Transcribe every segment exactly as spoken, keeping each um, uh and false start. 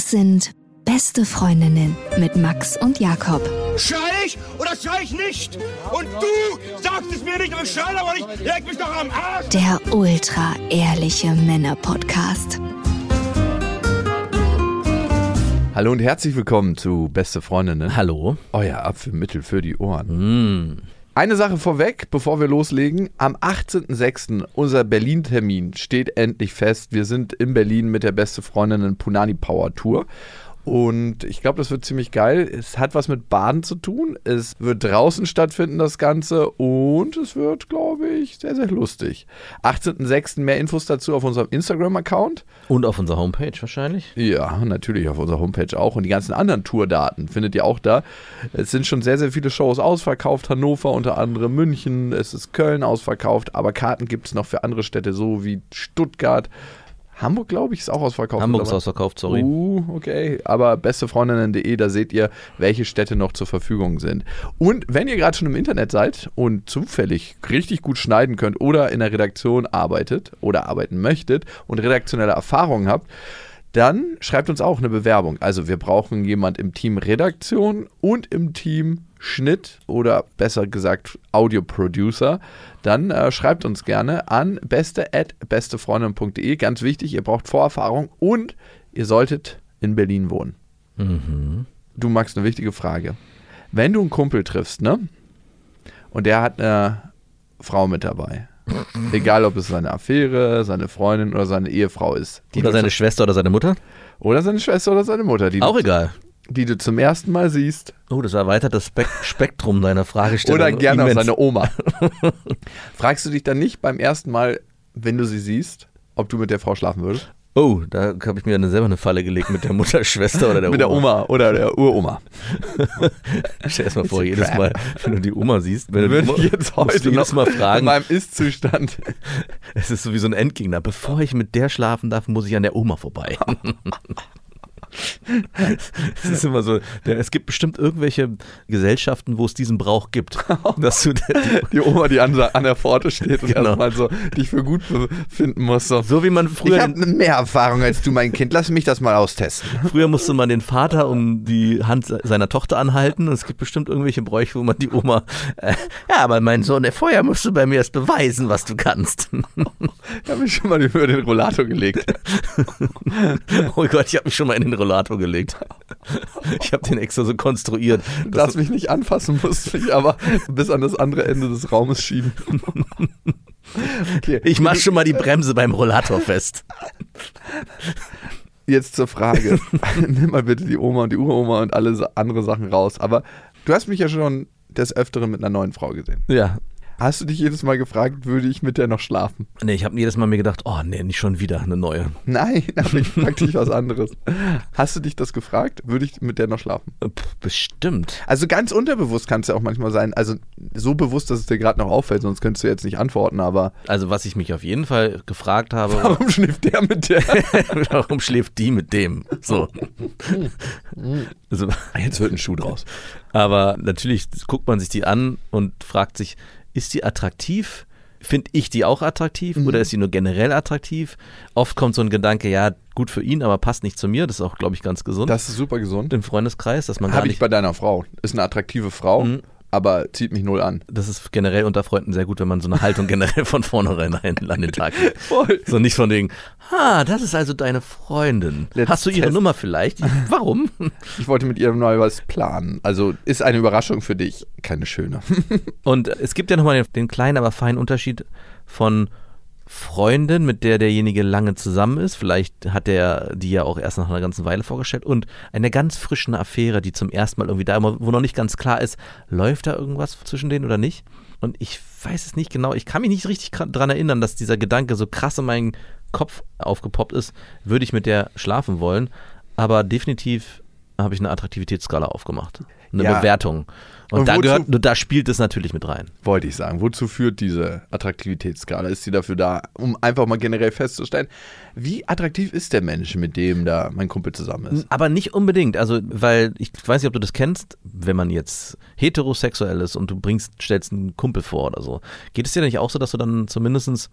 Das sind Beste Freundinnen mit Max und Jakob. Schrei ich oder schrei ich nicht? Und du sagst es mir nicht, aber ich schrei aber nicht. Leg mich doch am Arsch. Der ultra-ehrliche Männer-Podcast. Hallo und herzlich willkommen zu Beste Freundinnen. Hallo. Euer Apfelmittel für die Ohren. Mm. Eine Sache vorweg, bevor wir loslegen. Am achtzehnten sechsten unser Berlin-Termin steht endlich fest. Wir sind in Berlin mit der Beste Freundinnen Punani Power Tour. Und ich glaube, das wird ziemlich geil. Es hat was mit Baden zu tun. Es wird draußen stattfinden, das Ganze. Und es wird, glaube ich, sehr, sehr lustig. achtzehnten sechsten mehr Infos dazu auf unserem Instagram-Account. Und auf unserer Homepage wahrscheinlich? Ja, natürlich auf unserer Homepage auch. Und die ganzen anderen Tourdaten findet ihr auch da. Es sind schon sehr, sehr viele Shows ausverkauft. Hannover unter anderem, München, es ist Köln ausverkauft. Aber Karten gibt es noch für andere Städte, so wie Stuttgart. Hamburg, glaube ich, ist auch ausverkauft. Hamburg ist ausverkauft, sorry. Uh, okay. Aber bestefreundinnen punkt de, da seht ihr, welche Städte noch zur Verfügung sind. Und wenn ihr gerade schon im Internet seid und zufällig richtig gut schneiden könnt oder in der Redaktion arbeitet oder arbeiten möchtet und redaktionelle Erfahrungen habt, dann schreibt uns auch eine Bewerbung. Also wir brauchen jemand im Team Redaktion und im Team Schnitt oder besser gesagt Audio-Producer. Dann äh, schreibt uns gerne an beste at bestefreundin punkt de. Ganz wichtig, ihr braucht Vorerfahrung und ihr solltet in Berlin wohnen. Mhm. Du, Max, eine wichtige Frage. Wenn du einen Kumpel triffst, ne? Und der hat eine Frau mit dabei. Egal, ob es seine Affäre, seine Freundin oder seine Ehefrau ist. Oder seine Schwester oder seine Mutter? Oder seine Schwester oder seine Mutter. Die Auch du, egal. Die du zum ersten Mal siehst. Oh, das erweitert das Spek- Spektrum deiner Fragestellung. Oder gerne auch immens. seine Oma. Fragst du dich dann nicht beim ersten Mal, wenn du sie siehst, ob du mit der Frau schlafen würdest? Oh, da habe ich mir eine, selber eine Falle gelegt mit der Mutter, Schwester oder der mit Oma. Mit der Oma oder der Uroma. Stell dir das mal vor, jedes Crap. Mal, wenn du die Oma siehst, wenn du Würde die Oma, ich jetzt heute du jedes Mal fragen, in meinem Ist-Zustand. Es ist so wie so ein Endgegner. Bevor ich mit der schlafen darf, muss ich an der Oma vorbei. Es ist immer so, es gibt bestimmt irgendwelche Gesellschaften, wo es diesen Brauch gibt. Dass du die, die Oma, die an, an der Pforte steht und genau. erstmal so dich für gut befinden muss. So, so wie man früher. Ich habe mehr Erfahrung als du, mein Kind. Lass mich das mal austesten. Früher musste man den Vater um die Hand seiner Tochter anhalten. Und es gibt bestimmt irgendwelche Bräuche, wo man die Oma. Äh, ja, aber mein Sohn, der vorher musst du bei mir erst beweisen, was du kannst. Ich habe mich schon mal über den Rollator gelegt. Oh Gott, ich habe mich schon mal in den Rollator gelegt. Ich habe den extra so konstruiert. Du darfst mich nicht anfassen, musst mich aber bis an das andere Ende des Raumes schieben. Okay. Ich mach schon mal die Bremse beim Rollator fest. Jetzt zur Frage. Nimm mal bitte die Oma und die Uroma und alle andere Sachen raus. Aber du hast mich ja schon des Öfteren mit einer neuen Frau gesehen. Ja. Hast du dich jedes Mal gefragt, würde ich mit der noch schlafen? Nee, ich habe jedes Mal mir gedacht, oh nee, nicht schon wieder eine neue. Nein, aber ich frage dich was anderes. Hast du dich das gefragt? Würde ich mit der noch schlafen? Pff, bestimmt. Also ganz unterbewusst kann es ja auch manchmal sein. Also so bewusst, dass es dir gerade noch auffällt, sonst könntest du jetzt nicht antworten, aber... Also was ich mich auf jeden Fall gefragt habe... Warum schläft der mit der? Warum schläft die mit dem? So. Also, jetzt wird ein Schuh draus. Aber natürlich guckt man sich die an und fragt sich... Ist die attraktiv? Finde ich die auch attraktiv mhm. oder ist sie nur generell attraktiv? Oft kommt so ein Gedanke, ja, gut für ihn, aber passt nicht zu mir. Das ist auch, glaube ich, ganz gesund. Das ist super gesund. Im Freundeskreis, dass man gar Habe nicht... ich bei deiner Frau. Ist eine attraktive Frau, mhm. aber zieht mich null an. Das ist generell unter Freunden sehr gut, wenn man so eine Haltung generell von vornherein an den Tag legt. Voll. So nicht von wegen, ah, das ist also deine Freundin. Let's Hast du ihre test. Nummer vielleicht? Warum? Ich wollte mit ihr mal was planen. Also ist eine Überraschung für dich. Keine schöne. Und es gibt ja nochmal den, den kleinen, aber feinen Unterschied von Freundin, mit der derjenige lange zusammen ist. Vielleicht hat der die ja auch erst nach einer ganzen Weile vorgestellt. Und eine ganz frische Affäre, die zum ersten Mal irgendwie da, wo noch nicht ganz klar ist, läuft da irgendwas zwischen denen oder nicht? Und ich weiß es nicht genau. Ich kann mich nicht richtig daran erinnern, dass dieser Gedanke so krass in meinen Kopf aufgepoppt ist, würde ich mit der schlafen wollen. Aber definitiv habe ich eine Attraktivitätsskala aufgemacht. Eine ja. Bewertung. Und, Und da, wozu, gehört, da spielt es natürlich mit rein. Wollte ich sagen. Wozu führt diese Attraktivitätsskala? Ist sie dafür da, um einfach mal generell festzustellen, wie attraktiv ist der Mensch, mit dem da mein Kumpel zusammen ist? Aber nicht unbedingt. Also, weil ich weiß nicht, ob du das kennst, wenn man jetzt heterosexuell ist und du bringst, stellst einen Kumpel vor oder so. Geht es dir nicht auch so, dass du dann zumindest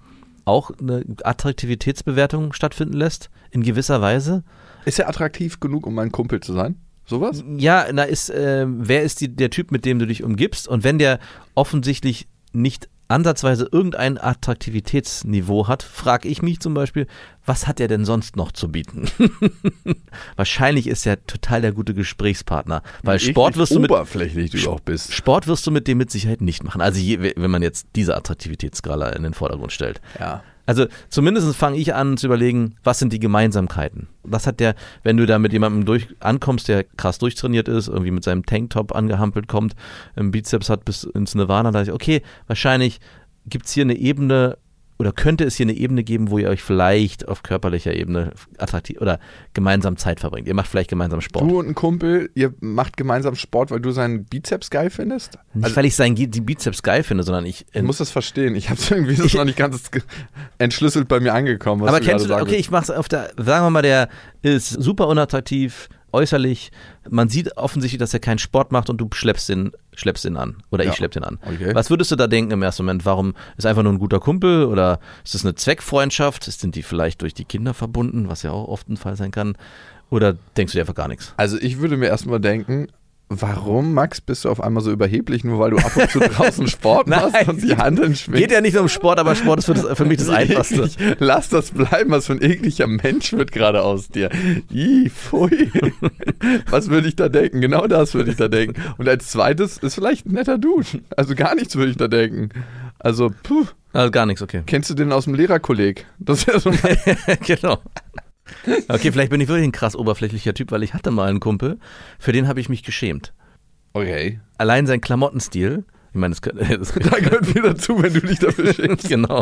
auch eine Attraktivitätsbewertung stattfinden lässt, in gewisser Weise. Ist er attraktiv genug, um mein Kumpel zu sein? Sowas? Ja, na ist, äh, wer ist die, der Typ, mit dem du dich umgibst? Und wenn der offensichtlich nicht ansatzweise irgendein Attraktivitätsniveau hat, frage ich mich zum Beispiel, was hat er denn sonst noch zu bieten? Wahrscheinlich ist er total der gute Gesprächspartner, weil Sport wirst du mit oberflächlich du auch bist. Sport wirst du mit dem mit Sicherheit nicht machen. Also je, wenn man jetzt diese Attraktivitätsskala in den Vordergrund stellt. Ja. Also zumindest fange ich an zu überlegen, was sind die Gemeinsamkeiten? Was hat der, wenn du da mit jemandem durch ankommst, der krass durchtrainiert ist, irgendwie mit seinem Tanktop angehampelt kommt, einen Bizeps hat bis ins Nirvana, da dachte ich, okay, wahrscheinlich gibt es hier eine Ebene oder könnte es hier eine Ebene geben, wo ihr euch vielleicht auf körperlicher Ebene attraktiv oder gemeinsam Zeit verbringt. Ihr macht vielleicht gemeinsam Sport. Du und ein Kumpel, ihr macht gemeinsam Sport, weil du seinen Bizeps geil findest? Nicht, also, weil ich seinen die Bizeps geil finde, sondern ich... Ich muss das verstehen. Ich habe es irgendwie das noch nicht ganz entschlüsselt bei mir angekommen, was aber du kennst du, gerade okay, sagst. ich mach's auf der, sagen wir mal, der ist super unattraktiv, äußerlich, man sieht offensichtlich, dass er keinen Sport macht und du schleppst ihn, schleppst ihn an. Oder Ja. ich schlepp den an. Okay. Was würdest du da denken im ersten Moment? Warum ist einfach nur ein guter Kumpel oder ist das eine Zweckfreundschaft? Sind die vielleicht durch die Kinder verbunden, was ja auch oft ein Fall sein kann? Oder denkst du dir einfach gar nichts? Also ich würde mir erstmal denken, warum, Max, bist du auf einmal so überheblich, nur weil du ab und zu draußen Sport machst Nein, und die Handeln schwingst? Geht ja nicht nur um Sport, aber Sport ist für, das, für mich das Einfachste. Eklig. Lass das bleiben, was für ein ekliger Mensch wird gerade aus dir. Ih, pfui. Was würde ich da denken? Genau das würde ich da denken. Und als zweites ist vielleicht ein netter Dude. Also gar nichts würde ich da denken. Also, puh. Also gar nichts, okay. Kennst du den aus dem Lehrerkolleg? Das wäre so mein Genau. Okay, vielleicht bin ich wirklich ein krass oberflächlicher Typ, weil ich hatte mal einen Kumpel, für den habe ich mich geschämt. Okay. Allein sein Klamottenstil, ich meine, das, das Da gehört viel dazu, wenn du dich dafür schämst. Genau.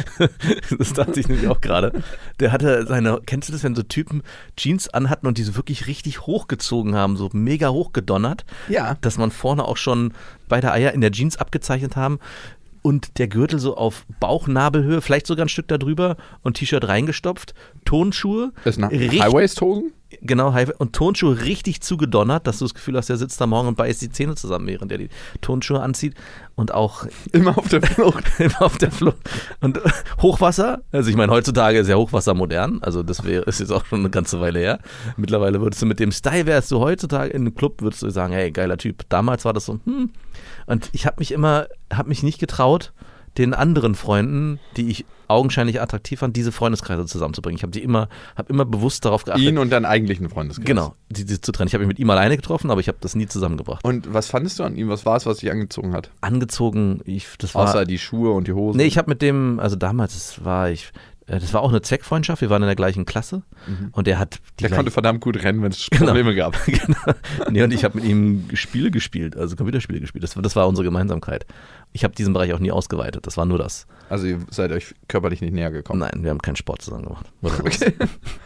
Das dachte ich nämlich auch gerade. Der hatte seine, kennst du das, wenn so Typen Jeans anhatten und diese wirklich richtig hochgezogen haben, so mega hochgedonnert, Ja. dass man vorne auch schon beide Eier in der Jeans abgezeichnet haben und der Gürtel so auf Bauchnabelhöhe, vielleicht sogar ein Stück da drüber und T-Shirt reingestopft, Tonschuhe. Das ist eine richtig- High-Waist-Hosen? Genau, High- und Tonschuhe richtig zugedonnert, dass du das Gefühl hast, der sitzt da morgen und beißt die Zähne zusammen, während er die Tonschuhe anzieht und auch Immer auf der Flucht. immer auf der Flucht. Und Hochwasser, also ich meine, heutzutage ist ja Hochwasser modern, also das wäre, ist jetzt auch schon eine ganze Weile her. Mittlerweile würdest du mit dem Style, wärst du heutzutage in einem Club, würdest du sagen, hey, geiler Typ. Damals war das so, hm. Und ich habe mich immer, habe mich nicht getraut, den anderen Freunden, die ich augenscheinlich attraktiv fand, diese Freundeskreise zusammenzubringen. Ich habe die immer, habe immer bewusst darauf geachtet. Ihn und deinen eigentlichen Freundeskreis. Genau, die, die zu trennen. Ich habe mich mit ihm alleine getroffen, aber ich habe das nie zusammengebracht. Und was fandest du an ihm? Was war es, was dich angezogen hat? Angezogen, ich, das war... Außer die Schuhe und die Hosen. Nee, ich habe mit dem, also damals, das war ich, äh, das war auch eine Zweckfreundschaft, wir waren in der gleichen Klasse und der hat die Der gleich- konnte verdammt gut rennen, wenn es Genau. Probleme gab. genau. Nee, und ich habe mit ihm Spiele gespielt, also Computerspiele gespielt. Das, war- das war unsere Gemeinsamkeit. Ich habe diesen Bereich auch nie ausgeweitet, das war nur das. Also ihr seid euch körperlich nicht näher gekommen. Nein, wir haben keinen Sport zusammen gemacht. Oder sowas. Okay.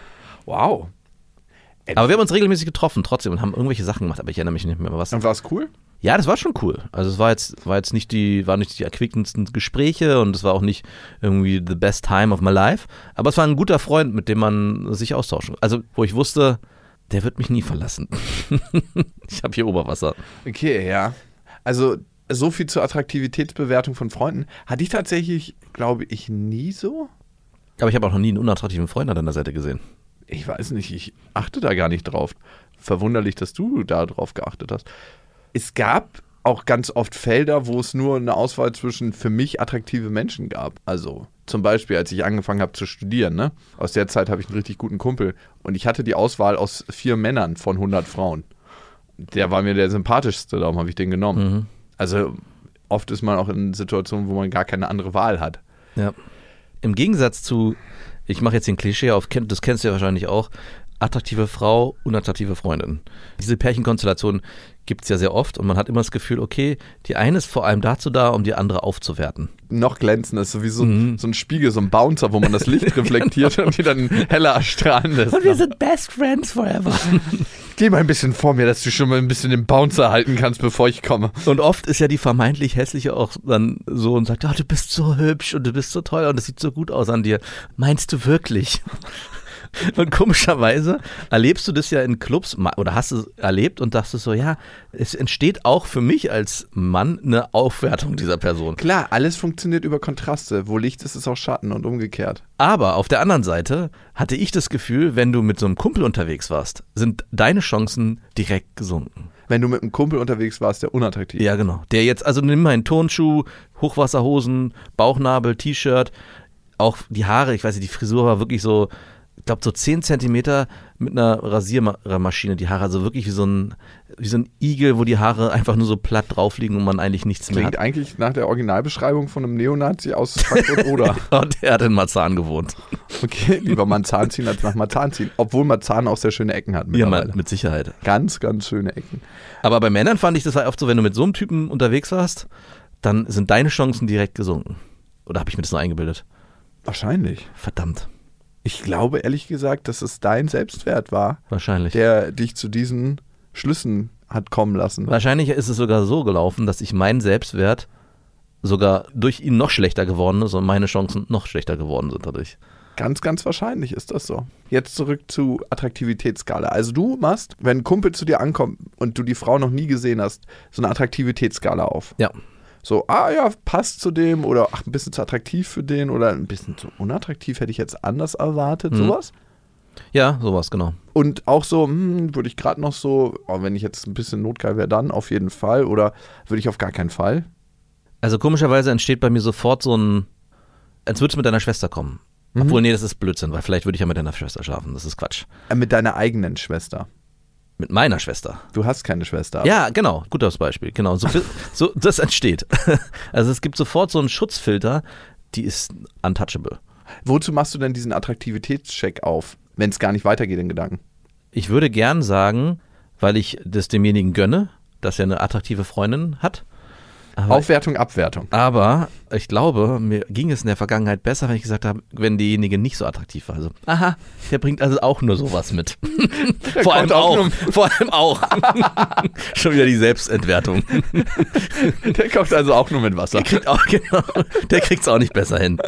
Wow. Aber wir haben uns regelmäßig getroffen trotzdem und haben irgendwelche Sachen gemacht, aber ich erinnere mich nicht mehr was. Und war es cool? Ja, das war schon cool. Also es war jetzt, war jetzt nicht die, waren nicht die erquickendsten Gespräche und es war auch nicht irgendwie the best time of my life. Aber es war ein guter Freund, mit dem man sich austauschen. Also wo ich wusste, der wird mich nie verlassen. Ich habe hier Oberwasser. Okay, ja. Also so viel zur Attraktivitätsbewertung von Freunden hatte ich tatsächlich, glaube ich, nie so. Aber ich habe auch noch nie einen unattraktiven Freund an deiner Seite gesehen. Ich weiß nicht, ich achte da gar nicht drauf. Verwunderlich, dass du da drauf geachtet hast. Es gab auch ganz oft Felder, wo es nur eine Auswahl zwischen für mich attraktive Menschen gab. Also zum Beispiel, als ich angefangen habe zu studieren, ne? Aus der Zeit habe ich einen richtig guten Kumpel. Und ich hatte die Auswahl aus vier Männern von hundert Frauen. Der war mir der sympathischste, darum habe ich den genommen. Mhm. Also oft ist man auch in Situationen, wo man gar keine andere Wahl hat. Ja. Im Gegensatz zu, ich mache jetzt den Klischee auf, kenn- das kennst du ja wahrscheinlich auch, attraktive Frau, unattraktive Freundin. Diese Pärchenkonstellation gibt es ja sehr oft und man hat immer das Gefühl, okay, die eine ist vor allem dazu da, um die andere aufzuwerten. Noch glänzender ist sowieso Mhm. so ein Spiegel, so ein Bouncer, wo man das Licht reflektiert und die dann heller erstrahlen lässt. sind best friends forever. Geh mal ein bisschen vor mir, dass du schon mal ein bisschen den Bouncer halten kannst, bevor ich komme. Und oft ist ja die vermeintlich hässliche auch dann so und sagt, oh, du bist so hübsch und du bist so toll und es sieht so gut aus an dir. Meinst du wirklich? Und komischerweise erlebst du das ja in Clubs oder hast es erlebt und dachtest so, ja, es entsteht auch für mich als Mann eine Aufwertung dieser Person. Klar, alles funktioniert über Kontraste. Wo Licht ist, ist auch Schatten und umgekehrt. Aber auf der anderen Seite hatte ich das Gefühl, wenn du mit so einem Kumpel unterwegs warst, sind deine Chancen direkt gesunken. Wenn du mit einem Kumpel unterwegs warst, der unattraktiv. Ja, genau. Der jetzt, also nimm mal einen Turnschuh, Hochwasserhosen, Bauchnabel, T-Shirt, auch die Haare, ich weiß nicht, die Frisur war wirklich so, ich glaube so zehn Zentimeter mit einer Rasiermaschine, die Haare, also wirklich wie so ein, wie so ein Igel, wo die Haare einfach nur so platt drauf liegen und man eigentlich nichts mehr hat. Klingt eigentlich nach der Originalbeschreibung von einem Neonazi aus Frankfurt oder. Und der hat in Marzahn gewohnt. Okay, lieber Marzahn ziehen als nach Marzahn ziehen. Obwohl Marzahn auch sehr schöne Ecken hat mittlerweile. Ja, mit Sicherheit. Ganz, ganz schöne Ecken. Aber bei Männern fand ich, das war oft so, wenn du mit so einem Typen unterwegs warst, dann sind deine Chancen direkt gesunken. Oder habe ich mir das nur eingebildet? Wahrscheinlich. Verdammt. Ich glaube ehrlich gesagt, dass es dein Selbstwert war, Wahrscheinlich. der dich zu diesen Schlüssen hat kommen lassen. Wahrscheinlich ist es sogar so gelaufen, dass ich meinen Selbstwert sogar durch ihn noch schlechter geworden ist und meine Chancen noch schlechter geworden sind dadurch. Ganz, ganz wahrscheinlich ist das so. Jetzt zurück zu Attraktivitätsskala. Also du machst, wenn ein Kumpel zu dir ankommt und du die Frau noch nie gesehen hast, so eine Attraktivitätsskala auf. Ja. So, ah ja, passt zu dem oder ach, ein bisschen zu attraktiv für den oder ein bisschen zu unattraktiv, hätte ich jetzt anders erwartet, Mhm. sowas. Ja, sowas, genau. Und auch so, hm, würde ich gerade noch so, oh, wenn ich jetzt ein bisschen notgeil wäre, dann auf jeden Fall oder würde ich auf gar keinen Fall. Also komischerweise entsteht bei mir sofort so ein, als würdest du mit deiner Schwester kommen. Mhm. Obwohl, nee, das ist Blödsinn, weil vielleicht würde ich ja mit deiner Schwester schlafen. Das ist Quatsch. Äh, mit deiner eigenen Schwester. Mit meiner Schwester. Du hast keine Schwester. Ja, genau. Gutes Beispiel. Genau. So, so, das entsteht. Also es gibt sofort so einen Schutzfilter, die ist untouchable. Wozu machst du denn diesen Attraktivitätscheck auf, wenn es gar nicht weitergeht in Gedanken? Ich würde gern sagen, weil ich das demjenigen gönne, dass er eine attraktive Freundin hat. Aber, Aufwertung, Abwertung. aber ich glaube, mir ging es in der Vergangenheit besser, wenn ich gesagt habe, wenn diejenige nicht so attraktiv war. Also, aha, der bringt also auch nur sowas mit. vor, allem auch auch, nur- vor allem auch. Schon wieder die Selbstentwertung. Der kocht also auch nur mit Wasser. Der kriegt auch, genau, der kriegt's auch nicht besser hin.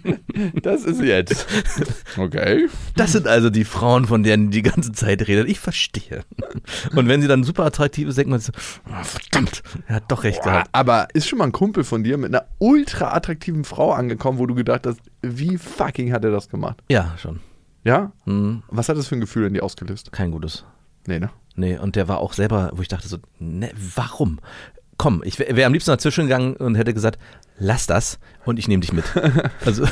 Das ist jetzt. Okay. Das sind also die Frauen, von denen die ganze Zeit redet. Ich verstehe. Und wenn sie dann super attraktiv ist, denkt man so, oh, verdammt, er hat doch recht gehabt. Aber ist schon mal ein Kumpel von dir mit einer ultra attraktiven Frau angekommen, wo du gedacht hast, wie fucking hat er das gemacht? Ja, schon. Ja? Hm, Was hat das für ein Gefühl in dir ausgelöst? kein gutes. Nee, ne? Nee, und der war auch selber, wo ich dachte so, ne, warum? Komm, ich wäre wär am liebsten dazwischen gegangen und hätte gesagt, lass das und ich nehme dich mit. Also,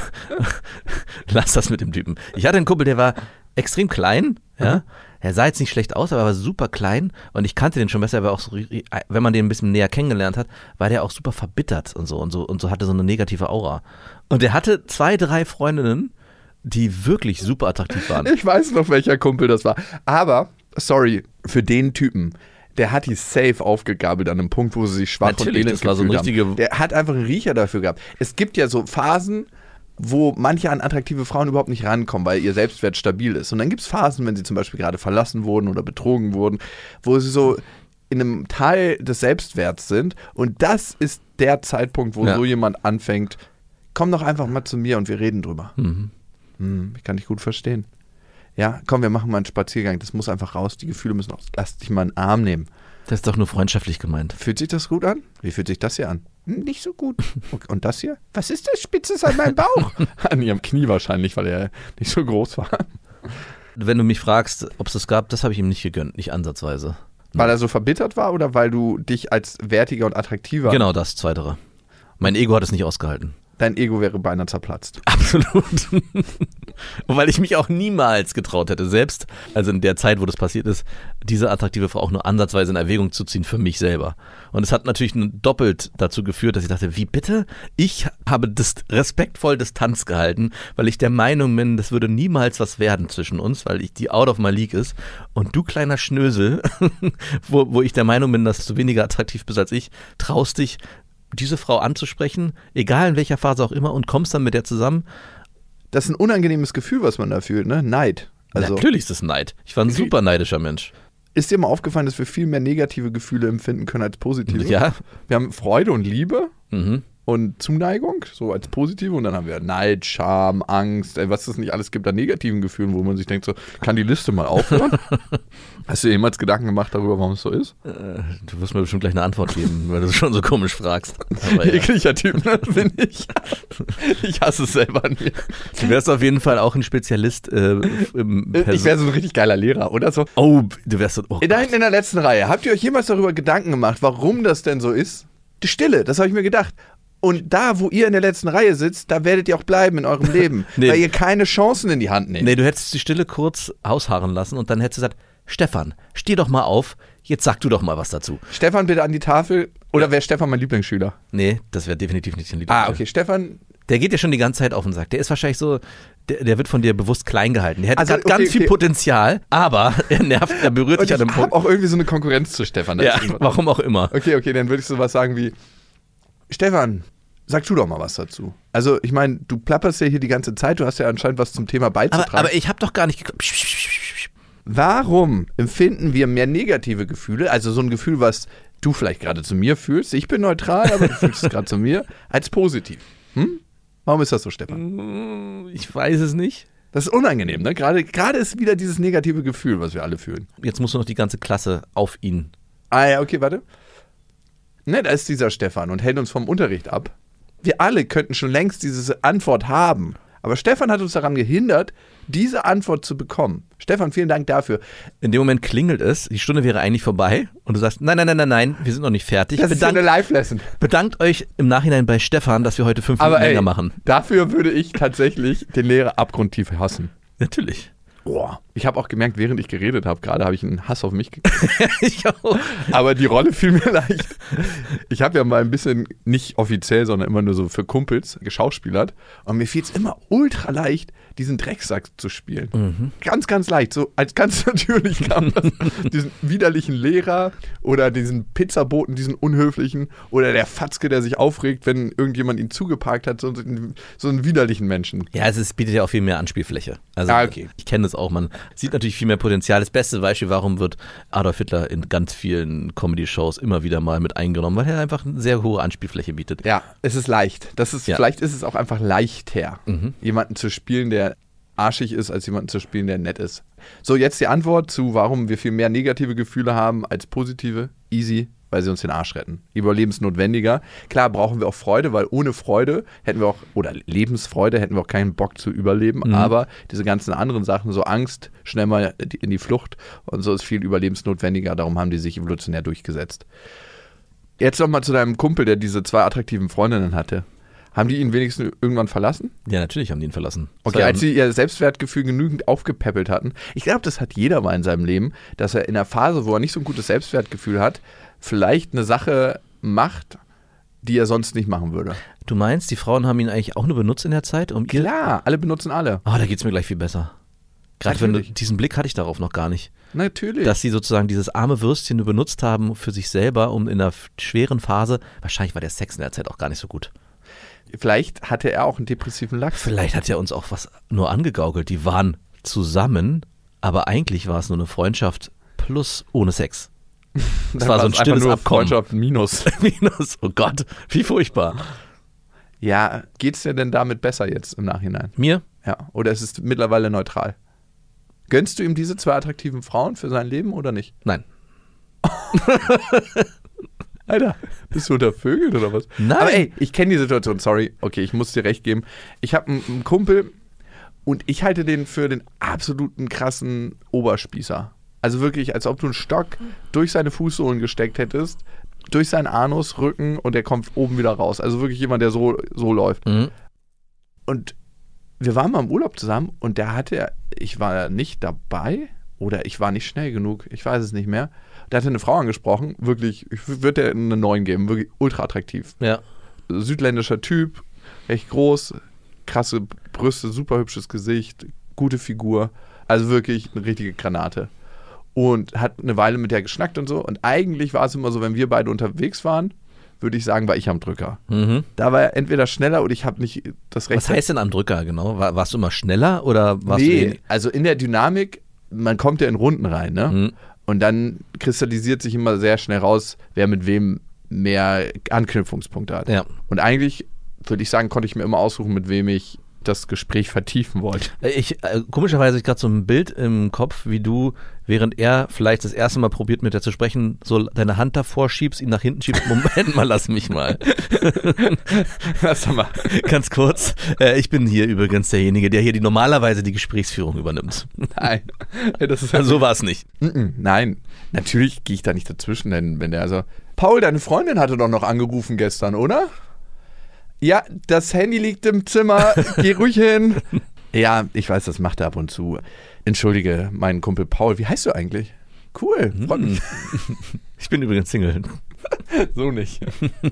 lass das mit dem Typen. Ich hatte einen Kumpel, der war extrem klein, ja. Er sah jetzt nicht schlecht aus, aber er war super klein und ich kannte den schon besser, er war auch so, wenn man den ein bisschen näher kennengelernt hat, war der auch super verbittert und so und so und so hatte so eine negative Aura. Und er hatte zwei, drei Freundinnen, die wirklich super attraktiv waren. Ich weiß noch, welcher Kumpel das war. Aber, sorry, für den Typen, der hat die safe aufgegabelt an einem Punkt, wo sie sich schwach Natürlich, und elend das war so ein gefühlt richtige- haben. Der hat einfach einen Riecher dafür gehabt. Es gibt ja so Phasen, wo manche an attraktive Frauen überhaupt nicht rankommen, weil ihr Selbstwert stabil ist. Und dann gibt es Phasen, wenn sie zum Beispiel gerade verlassen wurden oder betrogen wurden, wo sie so in einem Teil des Selbstwerts sind. Und das ist der Zeitpunkt, wo Ja. so jemand anfängt, komm doch einfach mal zu mir und wir reden drüber. Mhm. Hm, ich kann dich gut verstehen. Ja, komm, wir machen mal einen Spaziergang. Das muss einfach raus. Die Gefühle müssen raus. Lass dich mal einen Arm nehmen. Das ist doch nur freundschaftlich gemeint. Fühlt sich das gut an? Wie fühlt sich das hier an? Hm, Nicht so gut. Okay, und das hier? Was ist das? Spitzes an meinem Bauch? An ihrem Knie wahrscheinlich, weil er nicht so groß war. Wenn du mich fragst, ob es das gab, das habe ich ihm nicht gegönnt, nicht ansatzweise. Weil er so verbittert war oder weil du dich als wertiger und attraktiver... Genau das, Zweitere. Mein Ego hat es nicht ausgehalten. Dein Ego wäre beinahe zerplatzt. Absolut. Und weil ich mich auch niemals getraut hätte, selbst, also in der Zeit, wo das passiert ist, diese attraktive Frau auch nur ansatzweise in Erwägung zu ziehen für mich selber. Und es hat natürlich doppelt dazu geführt, dass ich dachte, wie bitte? Ich habe das respektvoll Distanz gehalten, weil ich der Meinung bin, das würde niemals was werden zwischen uns, weil ich die out of my league ist. Und du kleiner Schnösel, wo, wo ich der Meinung bin, dass du weniger attraktiv bist als ich, traust dich, diese Frau anzusprechen, egal in welcher Phase auch immer, und kommst dann mit der zusammen. Das ist ein unangenehmes Gefühl, was man da fühlt, ne? Neid. Also, Natürlich ist es Neid. Ich war ein super neidischer Mensch. ist dir mal aufgefallen, dass wir viel mehr negative Gefühle empfinden können als positive? Ja. Wir haben Freude und Liebe Mhm. und Zuneigung, so als positive. Und dann haben wir Neid, Scham, Angst, ey, was es nicht alles gibt an negativen Gefühlen, wo man sich denkt, so, kann die Liste mal aufhören? Hast du dir jemals Gedanken gemacht darüber, warum es so ist? Äh, du wirst mir bestimmt gleich eine Antwort geben, weil du es schon so komisch fragst. Aber ja. Ekliger Typ, ne, bin ich. Ich hasse es selber an mir. Du wärst auf jeden Fall auch ein Spezialist äh, im Person- Ich wäre so ein richtig geiler Lehrer, oder so? Oh, du wärst so... Oh Da hinten in der letzten Reihe, habt ihr euch jemals darüber Gedanken gemacht, warum das denn so ist? Die Stille, das habe ich mir gedacht. Und da, wo ihr in der letzten Reihe sitzt, da werdet ihr auch bleiben in eurem Leben, Nee. weil ihr keine Chancen in die Hand nehmt. Nee, du hättest die Stille kurz ausharren lassen und dann hättest du gesagt, Stefan, steh doch mal auf, jetzt sag du doch mal was dazu. Stefan, bitte an die Tafel. Oder Ja. wäre Stefan mein Lieblingsschüler? Nee, das wäre definitiv nicht dein Lied. Ah, okay, Stefan. Der geht dir schon die ganze Zeit auf den Sack. Der ist wahrscheinlich so, der, der wird von dir bewusst klein gehalten. Der hat Also, grad okay, ganz viel okay. Potenzial, aber er nervt, er berührt Und dich ich an einem habe Punkt. auch irgendwie so eine Konkurrenz zu Stefan. Da Ja, ist irgendwas. warum auch immer. Okay, okay, dann würde ich sowas sagen wie, Stefan, sag du doch mal was dazu. Also, ich meine, du plapperst ja hier die ganze Zeit, du hast ja anscheinend was zum Thema beizutragen. Aber, aber ich habe doch gar nicht... gek- Warum empfinden wir mehr negative Gefühle, also so ein Gefühl, was du vielleicht gerade zu mir fühlst, ich bin neutral, aber du fühlst es gerade zu mir, als positiv? Hm? Warum ist das so, Stefan? Ich weiß es nicht. Das ist unangenehm, ne? Gerade, gerade ist wieder dieses negative Gefühl, was wir alle fühlen. Jetzt musst du noch die ganze Klasse auf ihn. Ah ja, okay, warte. Ne, da ist dieser Stefan und hält uns vom Unterricht ab. Wir alle könnten schon längst diese Antwort haben. Aber Stefan hat uns daran gehindert, diese Antwort zu bekommen. Stefan, vielen Dank dafür. In dem Moment klingelt es, die Stunde wäre eigentlich vorbei und du sagst, nein, nein, nein, nein, nein, wir sind noch nicht fertig. Das ist ja Bedankt, eine Live-Lesson. bedankt euch im Nachhinein bei Stefan, dass wir heute fünf Aber Minuten ey, länger machen. dafür würde ich tatsächlich den Lehrer abgrundtief hassen. Natürlich. Boah. Ich habe auch gemerkt, während ich geredet habe, gerade habe ich einen Hass auf mich gekriegt. Ich auch. Aber die Rolle fiel mir leicht. Ich habe ja mal ein bisschen, nicht offiziell, sondern immer nur so für Kumpels geschauspielert. Und mir fiel es immer ultra leicht, diesen Drecksack zu spielen. Mhm. Ganz, ganz leicht. So als ganz natürlich kam das. Diesen widerlichen Lehrer oder diesen Pizzaboten, diesen unhöflichen oder der Fatzke, der sich aufregt, wenn irgendjemand ihn zugeparkt hat. So, so einen widerlichen Menschen. Ja, es ist, bietet ja auch viel mehr Anspielfläche. Also Ah, okay. ich kenne das auch, man sieht natürlich viel mehr Potenzial. Das beste Beispiel, warum wird Adolf Hitler in ganz vielen Comedy-Shows immer wieder mal mit eingenommen, weil er einfach eine sehr hohe Anspielfläche bietet. Ja, es ist leicht. Das ist, Ja. Vielleicht ist es auch einfach leichter, Mhm. jemanden zu spielen, der arschig ist, als jemanden zu spielen, der nett ist. So, jetzt die Antwort zu, warum wir viel mehr negative Gefühle haben als positive. Easy, weil sie uns den Arsch retten. Überlebensnotwendiger. Klar brauchen wir auch Freude, weil ohne Freude hätten wir auch, oder Lebensfreude hätten wir auch keinen Bock zu überleben. Mhm. Aber diese ganzen anderen Sachen, so Angst, schnell mal in die Flucht und so ist viel überlebensnotwendiger. Darum haben die sich evolutionär durchgesetzt. Jetzt nochmal zu deinem Kumpel, der diese zwei attraktiven Freundinnen hatte. Haben die ihn wenigstens irgendwann verlassen? Ja, natürlich haben die ihn verlassen. Das Okay, war ja- als sie ihr Selbstwertgefühl genügend aufgepäppelt hatten. Ich glaube, das hat jeder mal in seinem Leben, dass er in der Phase, wo er nicht so ein gutes Selbstwertgefühl hat, vielleicht eine Sache macht, die er sonst nicht machen würde. Du meinst, die Frauen haben ihn eigentlich auch nur benutzt in der Zeit? Um ihr Klar, alle benutzen alle. Oh, da geht's mir gleich viel besser. Gerade wenn du, Natürlich. diesen Blick hatte ich darauf noch gar nicht. Natürlich. Dass sie sozusagen dieses arme Würstchen nur benutzt haben für sich selber, um in einer f- schweren Phase, wahrscheinlich war der Sex in der Zeit auch gar nicht so gut. Vielleicht hatte er auch einen depressiven Lachs. Vielleicht hat er uns auch was nur angegaukelt. Die waren zusammen, aber eigentlich war es nur eine Freundschaft plus ohne Sex. Das war so ein es einfach stilles nur Abkommen. Freundschaft minus. Minus, oh Gott, wie furchtbar. Ja, geht's dir denn damit besser jetzt im Nachhinein? Mir? Ja, oder ist es mittlerweile neutral? Gönnst du ihm diese zwei attraktiven Frauen für sein Leben oder nicht? Nein. Alter, bist du unter Vögeln oder was? Nein. Aber ey, ich kenne die Situation, sorry. Okay, ich muss dir recht geben. Ich habe einen, einen Kumpel und ich halte den für den absoluten krassen Oberspießer. Also wirklich, als ob du einen Stock durch seine Fußsohlen gesteckt hättest, durch seinen Anus, Rücken und der kommt oben wieder raus. Also wirklich jemand, der so, so läuft. Mhm. Und wir waren mal im Urlaub zusammen und der hatte, ich war nicht dabei oder ich war nicht schnell genug, ich weiß es nicht mehr. Der hatte eine Frau angesprochen, wirklich, ich würde der eine neun geben, wirklich ultra attraktiv. Ja. Südländischer Typ, recht groß, krasse Brüste, super hübsches Gesicht, gute Figur, also wirklich eine richtige Granate. Und hat eine Weile mit der geschnackt und so. Und eigentlich war es immer so, wenn wir beide unterwegs waren, würde ich sagen, war ich am Drücker. Mhm. Da war er entweder schneller oder ich habe nicht das Recht. Was heißt denn am Drücker genau? War, warst du immer schneller oder warst du Nee, eh- also in der Dynamik, man kommt ja in Runden rein, ne? Mhm. Und dann kristallisiert sich immer sehr schnell raus, wer mit wem mehr Anknüpfungspunkte hat. Ja. Und eigentlich, würde ich sagen, konnte ich mir immer aussuchen, mit wem ich das Gespräch vertiefen wollte. Ich, äh, komischerweise, ich gerade so ein Bild im Kopf, wie du, während er vielleicht das erste Mal probiert, mit dir zu sprechen, so deine Hand davor schiebst, ihn nach hinten schiebst. Moment mal, lass mich mal. Lass doch mal. Ganz kurz, äh, ich bin hier übrigens derjenige, der hier die normalerweise die Gesprächsführung übernimmt. Nein. Das ist Also so war es nicht. Nein, natürlich gehe ich da nicht dazwischen, denn wenn der also, Paul, deine Freundin hatte doch noch angerufen gestern, oder? Ja, das Handy liegt im Zimmer, geh ruhig hin. Ja, ich weiß, das macht er ab und zu. Entschuldige, mein Kumpel Paul, wie heißt du eigentlich? Cool, freut mich. Ich bin übrigens Single. So nicht.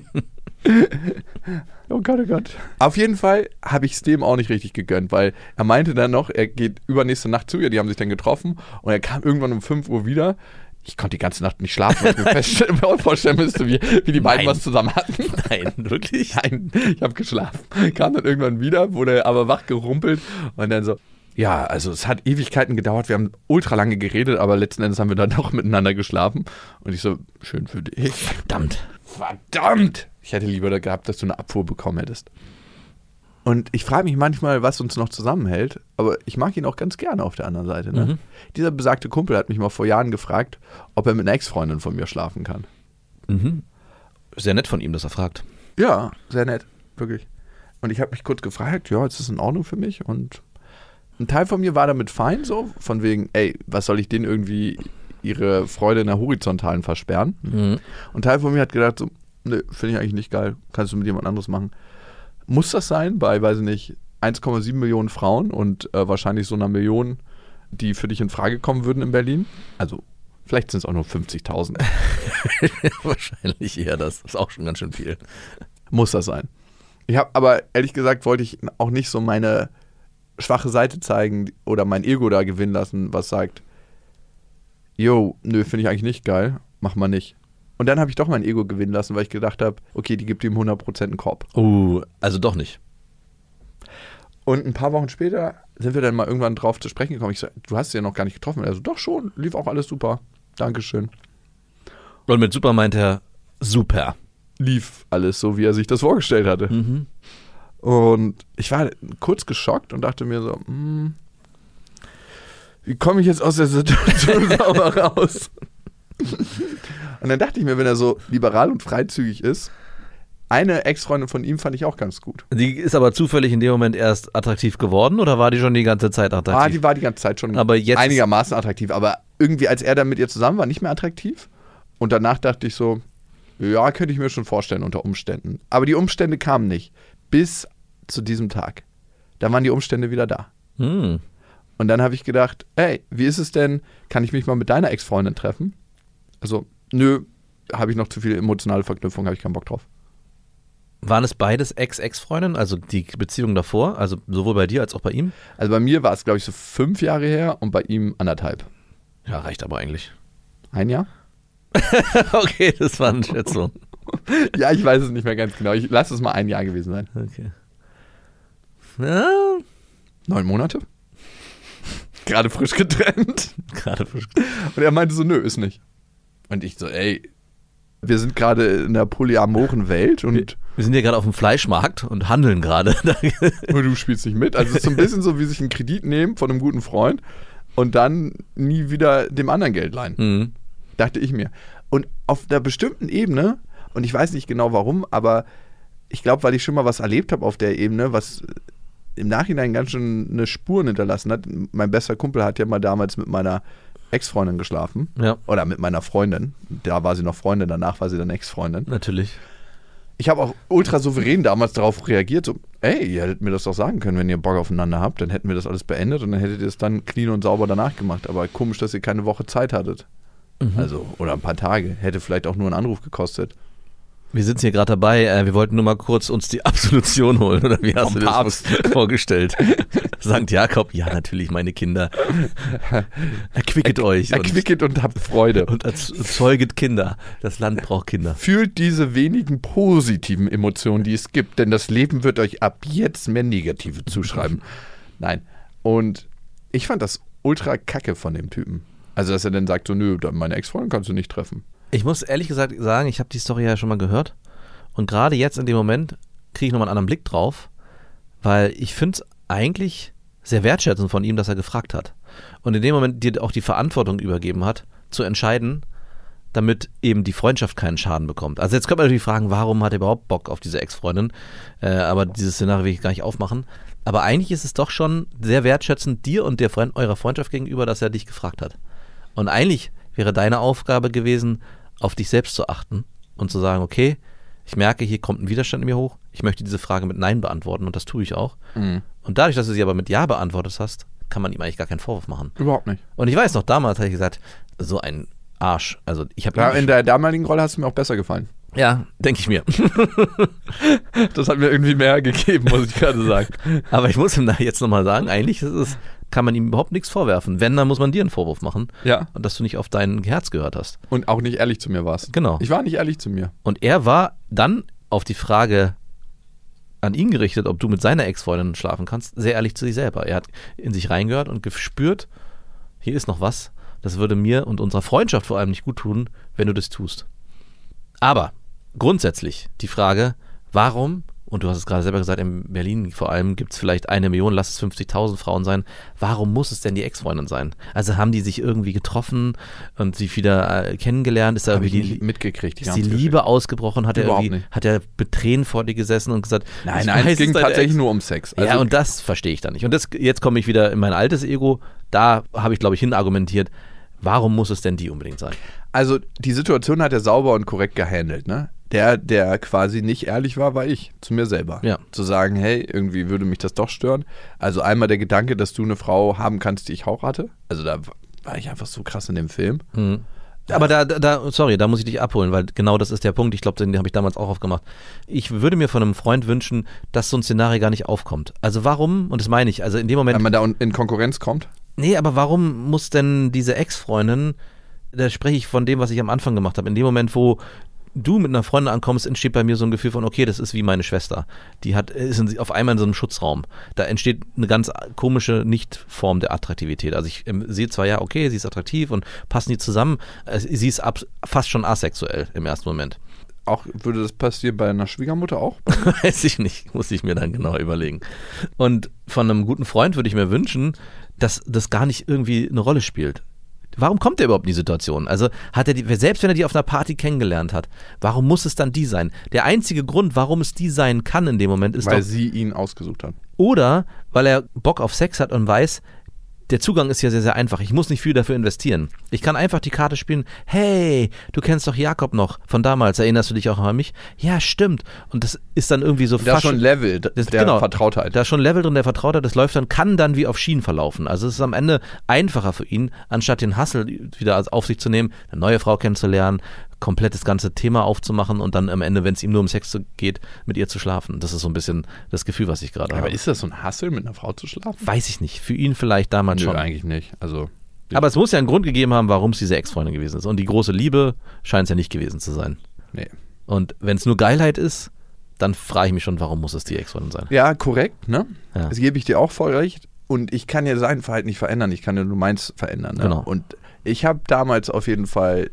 Oh Gott, oh Gott. Auf jeden Fall habe ich es dem auch nicht richtig gegönnt, weil er meinte dann noch, er geht übernächste Nacht zu ihr, die haben sich dann getroffen und er kam irgendwann um fünf Uhr wieder. Ich konnte die ganze Nacht nicht schlafen, weil ich mir feststellen, vorstellen müsste, wie, wie die beiden Nein. was zusammen hatten. Nein, wirklich? Nein, ich habe geschlafen. Kam dann irgendwann wieder, wurde aber wach gerumpelt und dann so, ja, also es hat Ewigkeiten gedauert, wir haben ultra lange geredet, aber letzten Endes haben wir dann doch miteinander geschlafen. Und ich so, schön für dich. Verdammt. Verdammt! Ich hätte lieber gehabt, dass du eine Abfuhr bekommen hättest. Und ich frage mich manchmal, was uns noch zusammenhält, aber ich mag ihn auch ganz gerne auf der anderen Seite. Ne? Mhm. Dieser besagte Kumpel hat mich mal vor Jahren gefragt, ob er mit einer Ex-Freundin von mir schlafen kann. Mhm. Sehr nett von ihm, dass er fragt. Ja, sehr nett, wirklich. Und ich habe mich kurz gefragt, ja, ist das in Ordnung für mich? Und ein Teil von mir war damit fein, so, von wegen, ey, was soll ich denen irgendwie ihre Freude in der Horizontalen versperren? Mhm. Und ein Teil von mir hat gedacht, so, nö, finde ich eigentlich nicht geil, kannst du mit jemand anderes machen. Muss das sein bei, weiß ich nicht, eins Komma sieben Millionen Frauen und äh, wahrscheinlich so einer Million, die für dich in Frage kommen würden in Berlin? Also, vielleicht sind es auch nur fünfzigtausend. Wahrscheinlich eher das. Das ist auch schon ganz schön viel. Muss das sein. Ich habe, aber ehrlich gesagt, wollte ich auch nicht so meine schwache Seite zeigen oder mein Ego da gewinnen lassen, was sagt, yo, nö, finde ich eigentlich nicht geil, mach mal nicht. Und dann habe ich doch mein Ego gewinnen lassen, weil ich gedacht habe, okay, die gibt ihm hundert Prozent einen Korb. Oh, also doch nicht. Und ein paar Wochen später sind wir dann mal irgendwann drauf zu sprechen gekommen. Ich so, du hast sie ja noch gar nicht getroffen. Also doch schon, lief auch alles super. Dankeschön. Und mit super meint er super. Lief alles so, wie er sich das vorgestellt hatte. Mhm. Und ich war kurz geschockt und dachte mir so, hm, wie komme ich jetzt aus der Situation sauber raus? Und dann dachte ich mir, wenn er so liberal und freizügig ist, eine Ex-Freundin von ihm fand ich auch ganz gut. Die ist aber zufällig in dem Moment erst attraktiv geworden oder war die schon die ganze Zeit attraktiv? Ah, die war die ganze Zeit schon aber jetzt einigermaßen attraktiv, aber irgendwie, als er dann mit ihr zusammen war, nicht mehr attraktiv. Und danach dachte ich so, ja, könnte ich mir schon vorstellen unter Umständen. Aber die Umstände kamen nicht. Bis zu diesem Tag. Da waren die Umstände wieder da. Hm. Und dann habe ich gedacht, ey, wie ist es denn, kann ich mich mal mit deiner Ex-Freundin treffen? Also, nö, habe ich noch zu viel emotionale Verknüpfung, habe ich keinen Bock drauf. Waren es beides Ex-Ex-Freundinnen, also die Beziehung davor, also sowohl bei dir als auch bei ihm? Also bei mir war es, glaube ich, so fünf Jahre her und bei ihm anderthalb. Ja, reicht aber eigentlich. Ein Jahr? Okay, das war eine Schätzung. Ja, ich weiß es nicht mehr ganz genau. Ich lasse es mal ein Jahr gewesen sein. Okay. Ja. Neun Monate? Gerade frisch getrennt. Gerade frisch getrennt. Und er meinte so, nö, ist nicht. Und ich so, ey, wir sind gerade in der polyamoren Welt und wir, wir sind hier gerade auf dem Fleischmarkt und handeln gerade. Und du spielst nicht mit. Also es ist so ein bisschen so, wie sich einen Kredit nehmen von einem guten Freund und dann nie wieder dem anderen Geld leihen. Mhm. Dachte ich mir. Und auf einer bestimmten Ebene, und ich weiß nicht genau warum, aber ich glaube, weil ich schon mal was erlebt habe auf der Ebene, was im Nachhinein ganz schön eine Spur hinterlassen hat. Mein bester Kumpel hat ja mal damals mit meiner Ex-Freundin geschlafen. Ja. Oder mit meiner Freundin. Da war sie noch Freundin, danach war sie dann Ex-Freundin. Natürlich. Ich habe auch ultra souverän damals darauf reagiert, so, ey, ihr hättet mir das doch sagen können, wenn ihr Bock aufeinander habt, dann hätten wir das alles beendet und dann hättet ihr es dann clean und sauber danach gemacht. Aber komisch, dass ihr keine Woche Zeit hattet. Mhm. Also, oder ein paar Tage. Hätte vielleicht auch nur einen Anruf gekostet. Wir sitzen hier gerade dabei, äh, wir wollten nur mal kurz uns die Absolution holen, oder wie hast Vom du das Papst vorgestellt? Sankt Jakob, ja natürlich, meine Kinder. Erquicket er, euch. Erquicket und, und habt Freude. Und erzeuget Kinder. Das Land braucht Kinder. Fühlt diese wenigen positiven Emotionen, die es gibt, denn das Leben wird euch ab jetzt mehr negative zuschreiben. Nein. Und ich fand das ultra kacke von dem Typen. Also, dass er dann sagt so, nö, meine Ex-Freundin kannst du nicht treffen. Ich muss ehrlich gesagt sagen, ich habe die Story ja schon mal gehört und gerade jetzt in dem Moment kriege ich nochmal einen anderen Blick drauf, weil ich finde es eigentlich sehr wertschätzend von ihm, dass er gefragt hat und in dem Moment dir auch die Verantwortung übergeben hat, zu entscheiden, damit eben die Freundschaft keinen Schaden bekommt. Also jetzt könnte man natürlich fragen, warum hat er überhaupt Bock auf diese Ex-Freundin, äh, aber dieses Szenario will ich gar nicht aufmachen. Aber eigentlich ist es doch schon sehr wertschätzend dir und der Freund, eurer Freundschaft gegenüber, dass er dich gefragt hat. Und eigentlich wäre deine Aufgabe gewesen, auf dich selbst zu achten und zu sagen, okay, ich merke, hier kommt ein Widerstand in mir hoch, ich möchte diese Frage mit Nein beantworten und das tue ich auch. Mhm. Und dadurch, dass du sie aber mit Ja beantwortet hast, kann man ihm eigentlich gar keinen Vorwurf machen. Überhaupt nicht. Und ich weiß noch, damals habe ich gesagt, so ein Arsch. Also ich habe ja, in der damaligen Rolle hast du mir auch besser gefallen. Ja, denke ich mir. Das hat mir irgendwie mehr gegeben, muss ich gerade sagen. Aber ich muss ihm da jetzt nochmal sagen, eigentlich ist es, kann man ihm überhaupt nichts vorwerfen. Wenn, dann muss man dir einen Vorwurf machen. Ja. Und dass du nicht auf dein Herz gehört hast. Und auch nicht ehrlich zu mir warst. Genau. Ich war nicht ehrlich zu mir. Und er war dann auf die Frage an ihn gerichtet, ob du mit seiner Ex-Freundin schlafen kannst, sehr ehrlich zu sich selber. Er hat in sich reingehört und gespürt, hier ist noch was. Das würde mir und unserer Freundschaft vor allem nicht gut tun, wenn du das tust. Aber grundsätzlich die Frage, warum, und du hast es gerade selber gesagt, in Berlin vor allem gibt es vielleicht eine Million, lass es fünfzigtausend Frauen sein, warum muss es denn die Ex-Freundin sein? Also haben die sich irgendwie getroffen und sich wieder äh, kennengelernt? Ist da Hab irgendwie ich die, mitgekriegt, die ist die Liebe ausgebrochen? Hat er irgendwie, nicht. hat er mit Tränen vor dir gesessen und gesagt, nein, nein, es ging tatsächlich nur um Sex. Also, ja, und das verstehe ich dann nicht. Und das, jetzt komme ich wieder in mein altes Ego, da habe ich, glaube ich, hinargumentiert, warum muss es denn die unbedingt sein? Also die Situation hat er sauber und korrekt gehandelt, ne? Der, der quasi nicht ehrlich war, war ich, zu mir selber. Ja. Zu sagen, hey, irgendwie würde mich das doch stören. Also einmal der Gedanke, dass du eine Frau haben kannst, die ich auch hatte. Also da war ich einfach so krass in dem Film. Mhm. Aber da, da, sorry, da muss ich dich abholen, weil genau das ist der Punkt. Ich glaube, den habe ich damals auch aufgemacht. Ich würde mir von einem Freund wünschen, dass so ein Szenario gar nicht aufkommt. Also warum, und das meine ich, also in dem Moment... Wenn man da in Konkurrenz kommt? Nee, aber warum muss denn diese Ex-Freundin, da spreche ich von dem, was ich am Anfang gemacht habe, in dem Moment, wo du mit einer Freundin ankommst, entsteht bei mir so ein Gefühl von, okay, das ist wie meine Schwester. Die hat, ist in, auf einmal in so einem Schutzraum. Da entsteht eine ganz komische Nicht-Form der Attraktivität. Also ich ähm, sehe zwar, ja, okay, sie ist attraktiv und passen die zusammen, äh, sie ist ab, fast schon asexuell im ersten Moment. Auch, würde das passieren bei einer Schwiegermutter auch? Weiß ich nicht, muss ich mir dann genau überlegen. Und von einem guten Freund würde ich mir wünschen, dass das gar nicht irgendwie eine Rolle spielt. Warum kommt er überhaupt in die Situation? Also hat er die, selbst wenn er die auf einer Party kennengelernt hat, warum muss es dann die sein? Der einzige Grund, warum es die sein kann in dem Moment, ist weil doch, sie ihn ausgesucht hat. Oder weil er Bock auf Sex hat und weiß, der Zugang ist ja sehr, sehr einfach. Ich muss nicht viel dafür investieren. Ich kann einfach die Karte spielen, hey, du kennst doch Jakob noch von damals, erinnerst du dich auch an mich? Ja, stimmt. Und das ist dann irgendwie so da fast... Da ist schon Level der genau, Vertrautheit. Da ist schon Level drin der Vertrautheit, das läuft dann, kann dann wie auf Schienen verlaufen. Also es ist am Ende einfacher für ihn, anstatt den Hustle wieder auf sich zu nehmen, eine neue Frau kennenzulernen, komplett das ganze Thema aufzumachen und dann am Ende, wenn es ihm nur um Sex geht, mit ihr zu schlafen. Das ist so ein bisschen das Gefühl, was ich gerade habe. Aber ist das so ein Hustle, mit einer Frau zu schlafen? Weiß ich nicht. Für ihn vielleicht damals Nö, schon. eigentlich nicht. Also, aber es muss ja einen Grund gegeben haben, warum es diese Ex-Freundin gewesen ist. Und die große Liebe scheint es ja nicht gewesen zu sein. Nee. Und wenn es nur Geilheit ist, dann frage ich mich schon, warum muss es die Ex-Freundin sein? Ja, korrekt, ne? Ja. Das gebe ich dir auch voll recht. Und ich kann ja sein Verhalten nicht verändern. Ich kann ja nur meins verändern. Ne? Genau. Und ich habe damals auf jeden Fall...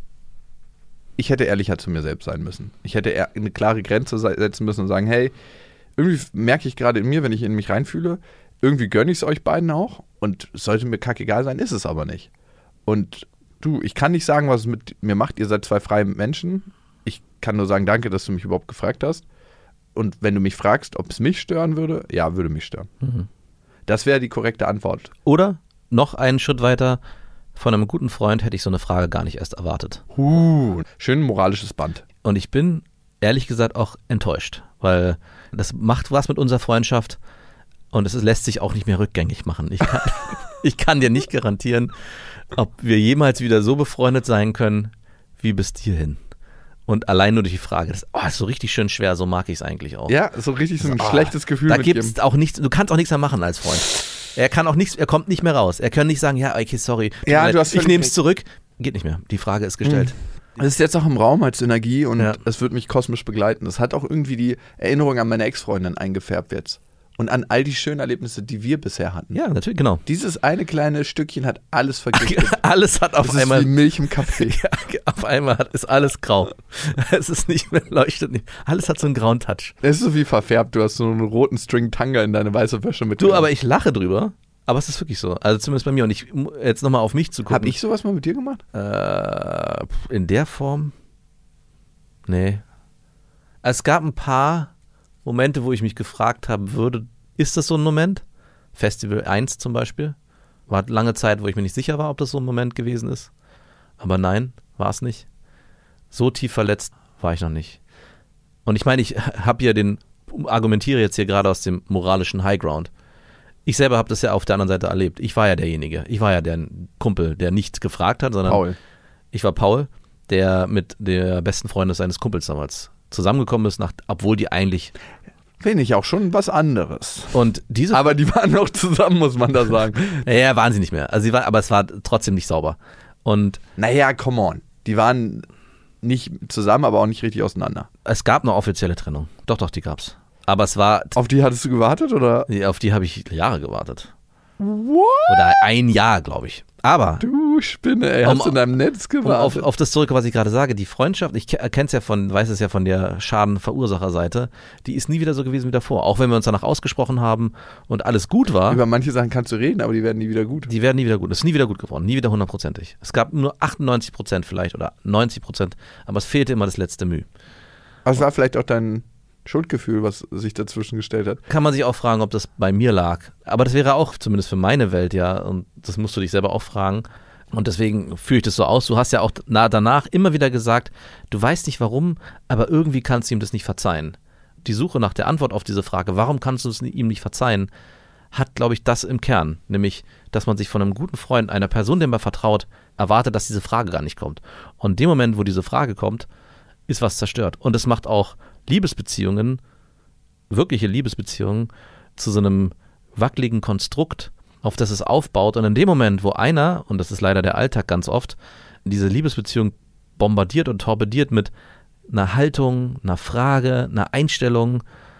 Ich hätte ehrlicher zu mir selbst sein müssen. Ich hätte eine klare Grenze setzen müssen und sagen, hey, irgendwie merke ich gerade in mir, wenn ich in mich reinfühle, irgendwie gönne ich es euch beiden auch und es sollte mir kackegal sein, ist es aber nicht. Und du, ich kann nicht sagen, was es mit mir macht, ihr seid zwei freie Menschen. Ich kann nur sagen, danke, dass du mich überhaupt gefragt hast. Und wenn du mich fragst, ob es mich stören würde, ja, würde mich stören. Mhm. Das wäre die korrekte Antwort. Oder noch einen Schritt weiter, von einem guten Freund hätte ich so eine Frage gar nicht erst erwartet. Uh, schön moralisches Band. Und ich bin ehrlich gesagt auch enttäuscht, weil das macht was mit unserer Freundschaft und es lässt sich auch nicht mehr rückgängig machen. Ich kann, ich kann dir nicht garantieren, ob wir jemals wieder so befreundet sein können, wie bis hierhin. Und allein nur durch die Frage, das oh, ist so richtig schön schwer, so mag ich es eigentlich auch. Ja, so richtig so ein oh, schlechtes Gefühl. Da gibt es auch nichts, du kannst auch nichts mehr machen als Freund. Er kann auch nichts, er kommt nicht mehr raus. Er kann nicht sagen, ja, okay, sorry. Ja, du hast ich nehme es zurück. Geht nicht mehr. Die Frage ist gestellt. Es ist jetzt auch im Raum als Energie und ja. es wird mich kosmisch begleiten. Das hat auch irgendwie die Erinnerung an meine Ex-Freundin eingefärbt jetzt. und an all die schönen Erlebnisse, die wir bisher hatten. Ja, natürlich, genau. Dieses eine kleine Stückchen hat alles vergiftet. Alles hat auf das einmal... ist wie Milch im Kaffee. Ja, auf einmal hat, ist alles grau. Es ist nicht mehr, leuchtet nicht. Alles hat so einen grauen Touch. Es ist so wie verfärbt. Du hast so einen roten String-Tanga in deine weiße Wäsche mit. Du, aber ich lache drüber. Aber es ist wirklich so. Also zumindest bei mir. Und ich jetzt nochmal auf mich zu gucken. Habe ich sowas mal mit dir gemacht? Äh, in der Form? Nee. Es gab ein paar Momente, wo ich mich gefragt habe, würde, ist das so ein Moment? Festival eins zum Beispiel. War lange Zeit, wo ich mir nicht sicher war, ob das so ein Moment gewesen ist. Aber nein, war es nicht. So tief verletzt war ich noch nicht. Und ich meine, ich habe ja den, argumentiere jetzt hier gerade aus dem moralischen Highground. Ich selber habe das ja auf der anderen Seite erlebt. Ich war ja derjenige. Ich war ja der Kumpel, der nichts gefragt hat, sondern Paul. Ich war Paul, der mit der besten Freundin seines Kumpels damals zusammengekommen ist, nach, obwohl die eigentlich... Finde ich auch schon was anderes. Und diese aber die waren noch zusammen, muss man da sagen. Ja, waren sie nicht mehr. Also sie war, aber es war trotzdem nicht sauber. Und naja, come on. Die waren nicht zusammen, aber auch nicht richtig auseinander. Es gab eine offizielle Trennung. Doch, doch, die gab's. Aber es war... Auf die hattest du gewartet, oder? Auf die habe ich Jahre gewartet. What? Oder ein Jahr, glaube ich. Aber... Du Spinne, ey, hast um, du in deinem Netz gewartet? Um auf, auf das zurück, was ich gerade sage, die Freundschaft, ich kenne es ja von, weiß es ja von der Schadenverursacherseite, die ist nie wieder so gewesen wie davor. Auch wenn wir uns danach ausgesprochen haben und alles gut war. Über manche Sachen kannst du reden, aber die werden nie wieder gut. Die werden nie wieder gut. Es ist nie wieder gut geworden. Nie wieder hundertprozentig. Es gab nur achtundneunzig Prozent vielleicht oder neunzig Prozent, aber es fehlte immer das letzte Mühe. Aber es war vielleicht auch dein Schuldgefühl, was sich dazwischen gestellt hat. Kann man sich auch fragen, ob das bei mir lag. Aber das wäre auch zumindest für meine Welt, ja, und das musst du dich selber auch fragen. Und deswegen führe ich das so aus. Du hast ja auch na, danach immer wieder gesagt, du weißt nicht warum, aber irgendwie kannst du ihm das nicht verzeihen. Die Suche nach der Antwort auf diese Frage, warum kannst du es ihm nicht verzeihen, hat, glaube ich, das im Kern. Nämlich, dass man sich von einem guten Freund, einer Person, der man vertraut, erwartet, dass diese Frage gar nicht kommt. Und in dem Moment, wo diese Frage kommt, ist was zerstört. Und es macht auch Liebesbeziehungen, wirkliche Liebesbeziehungen, zu so einem wackeligen Konstrukt, auf das es aufbaut. Und in dem Moment, wo einer, und das ist leider der Alltag ganz oft, diese Liebesbeziehung bombardiert und torpediert mit einer Haltung, einer Frage, einer Einstellung,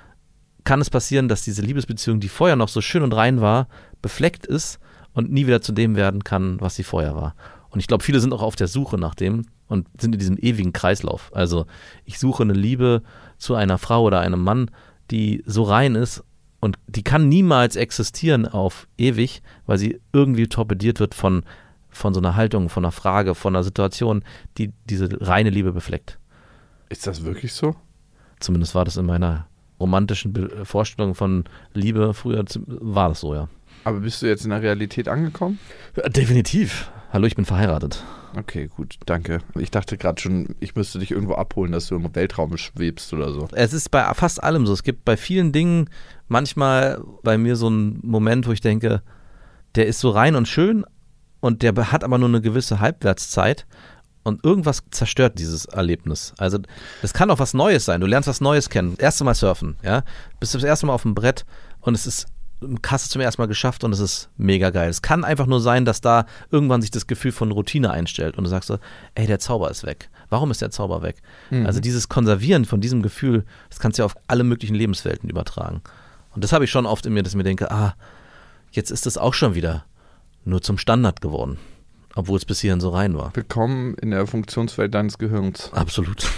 kann es passieren, dass diese Liebesbeziehung, die vorher noch so schön und rein war, befleckt ist und nie wieder zu dem werden kann, was sie vorher war. Und ich glaube, viele sind auch auf der Suche nach dem und sind in diesem ewigen Kreislauf. Also ich suche eine Liebe zu einer Frau oder einem Mann, die so rein ist, und die kann niemals existieren auf ewig, weil sie irgendwie torpediert wird von, von so einer Haltung, von einer Frage, von einer Situation, die diese reine Liebe befleckt. Ist das wirklich so? Zumindest war das in meiner romantischen Be- Vorstellung von Liebe früher, war das so, ja. Aber bist du jetzt in der Realität angekommen? Ja, definitiv. Hallo, ich bin verheiratet. Okay, gut, danke. Ich dachte gerade schon, ich müsste dich irgendwo abholen, dass du im Weltraum schwebst oder so. Es ist bei fast allem so. Es gibt bei vielen Dingen manchmal bei mir so einen Moment, wo ich denke, der ist so rein und schön und der hat aber nur eine gewisse Halbwertszeit und irgendwas zerstört dieses Erlebnis. Also das kann auch was Neues sein. Du lernst was Neues kennen. Das erste Mal surfen, ja. Bist du das erste Mal auf dem Brett und es ist hast es zum ersten Mal geschafft und es ist mega geil. Es kann einfach nur sein, dass da irgendwann sich das Gefühl von Routine einstellt und du sagst so, ey, der Zauber ist weg. Warum ist der Zauber weg? Mhm. Also dieses Konservieren von diesem Gefühl, das kannst du ja auf alle möglichen Lebenswelten übertragen. Und das habe ich schon oft in mir, dass ich mir denke, ah, jetzt ist das auch schon wieder nur zum Standard geworden, obwohl es bis hierhin so rein war. Willkommen in der Funktionswelt deines Gehirns. Absolut.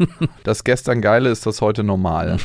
Das gestern Geile ist das heute normal.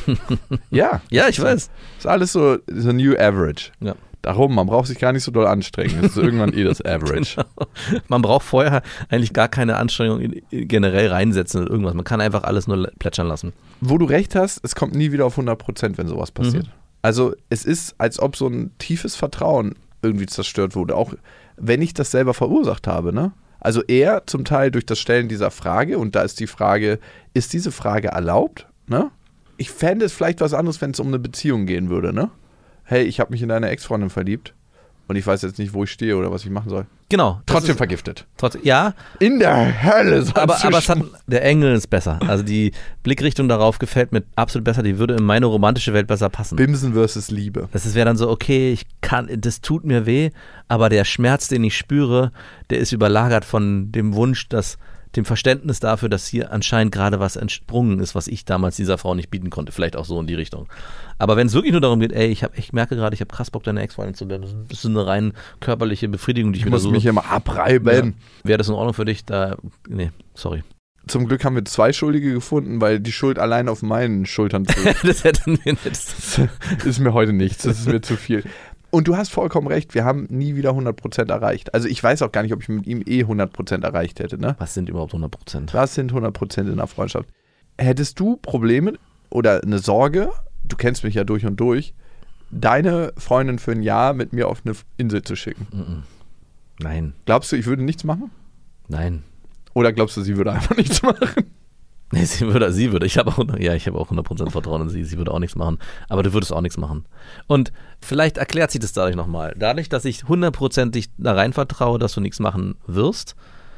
Ja. Ja, ich weiß. Ist alles so, so new average. Ja. Darum, man braucht sich gar nicht so doll anstrengen. Das ist irgendwann eh das Average. Genau. Man braucht vorher eigentlich gar keine Anstrengung in, in generell reinsetzen oder irgendwas. Man kann einfach alles nur plätschern lassen. Wo du recht hast, es kommt nie wieder auf hundert Prozent, wenn sowas passiert. Mhm. Also es ist, als ob so ein tiefes Vertrauen irgendwie zerstört wurde. Auch wenn ich das selber verursacht habe, ne? Also eher zum Teil durch das Stellen dieser Frage, und da ist die Frage, ist diese Frage erlaubt? Ne? Ich fände es vielleicht was anderes, wenn es um eine Beziehung gehen würde, ne? Hey, ich habe mich in deine Ex-Freundin verliebt und ich weiß jetzt nicht, wo ich stehe oder was ich machen soll. Genau. Trotzdem ist, vergiftet. Trotzdem, ja. In der Hölle. Aber, aber es hat, der Engel ist besser. Also die Blickrichtung darauf gefällt mir absolut besser. Die würde in meine romantische Welt besser passen. Bimsen versus Liebe. Das wäre dann so, okay, ich kann, das tut mir weh, aber der Schmerz, den ich spüre, der ist überlagert von dem Wunsch, dass dem Verständnis dafür, dass hier anscheinend gerade was entsprungen ist, was ich damals dieser Frau nicht bieten konnte. Vielleicht auch so in die Richtung. Aber wenn es wirklich nur darum geht, ey, ich, hab, ich merke gerade, ich habe krass Bock, deine Ex-Freundin zu werden, das ist eine rein körperliche Befriedigung, die ich, Ich mir muss so... mich immer abreiben. Ja. Wäre das in Ordnung für dich? Da, nee, sorry. Zum Glück haben wir zwei Schuldige gefunden, weil die Schuld allein auf meinen Schultern trifft. Das hätten wir nicht. Das ist mir heute nichts, das ist mir zu viel. Und du hast vollkommen recht, wir haben nie wieder hundert Prozent erreicht. Also ich weiß auch gar nicht, ob ich mit ihm eh hundert Prozent erreicht hätte. Ne? Was sind überhaupt hundert Prozent? Was sind hundert Prozent in einer Freundschaft? Hättest du Probleme oder eine Sorge, du kennst mich ja durch und durch, deine Freundin für ein Jahr mit mir auf eine Insel zu schicken? Mm-mm. Nein. Glaubst du, ich würde nichts machen? Nein. Oder glaubst du, sie würde einfach nichts machen? Nee, sie würde, sie würde. Ich habe auch, ja, ich habe auch hundert Prozent Vertrauen in sie. Sie würde auch nichts machen. Aber du würdest auch nichts machen. Und vielleicht erklärt sich das dadurch nochmal. Dadurch, dass ich hundertprozentig da rein vertraue, dass du nichts machen wirst,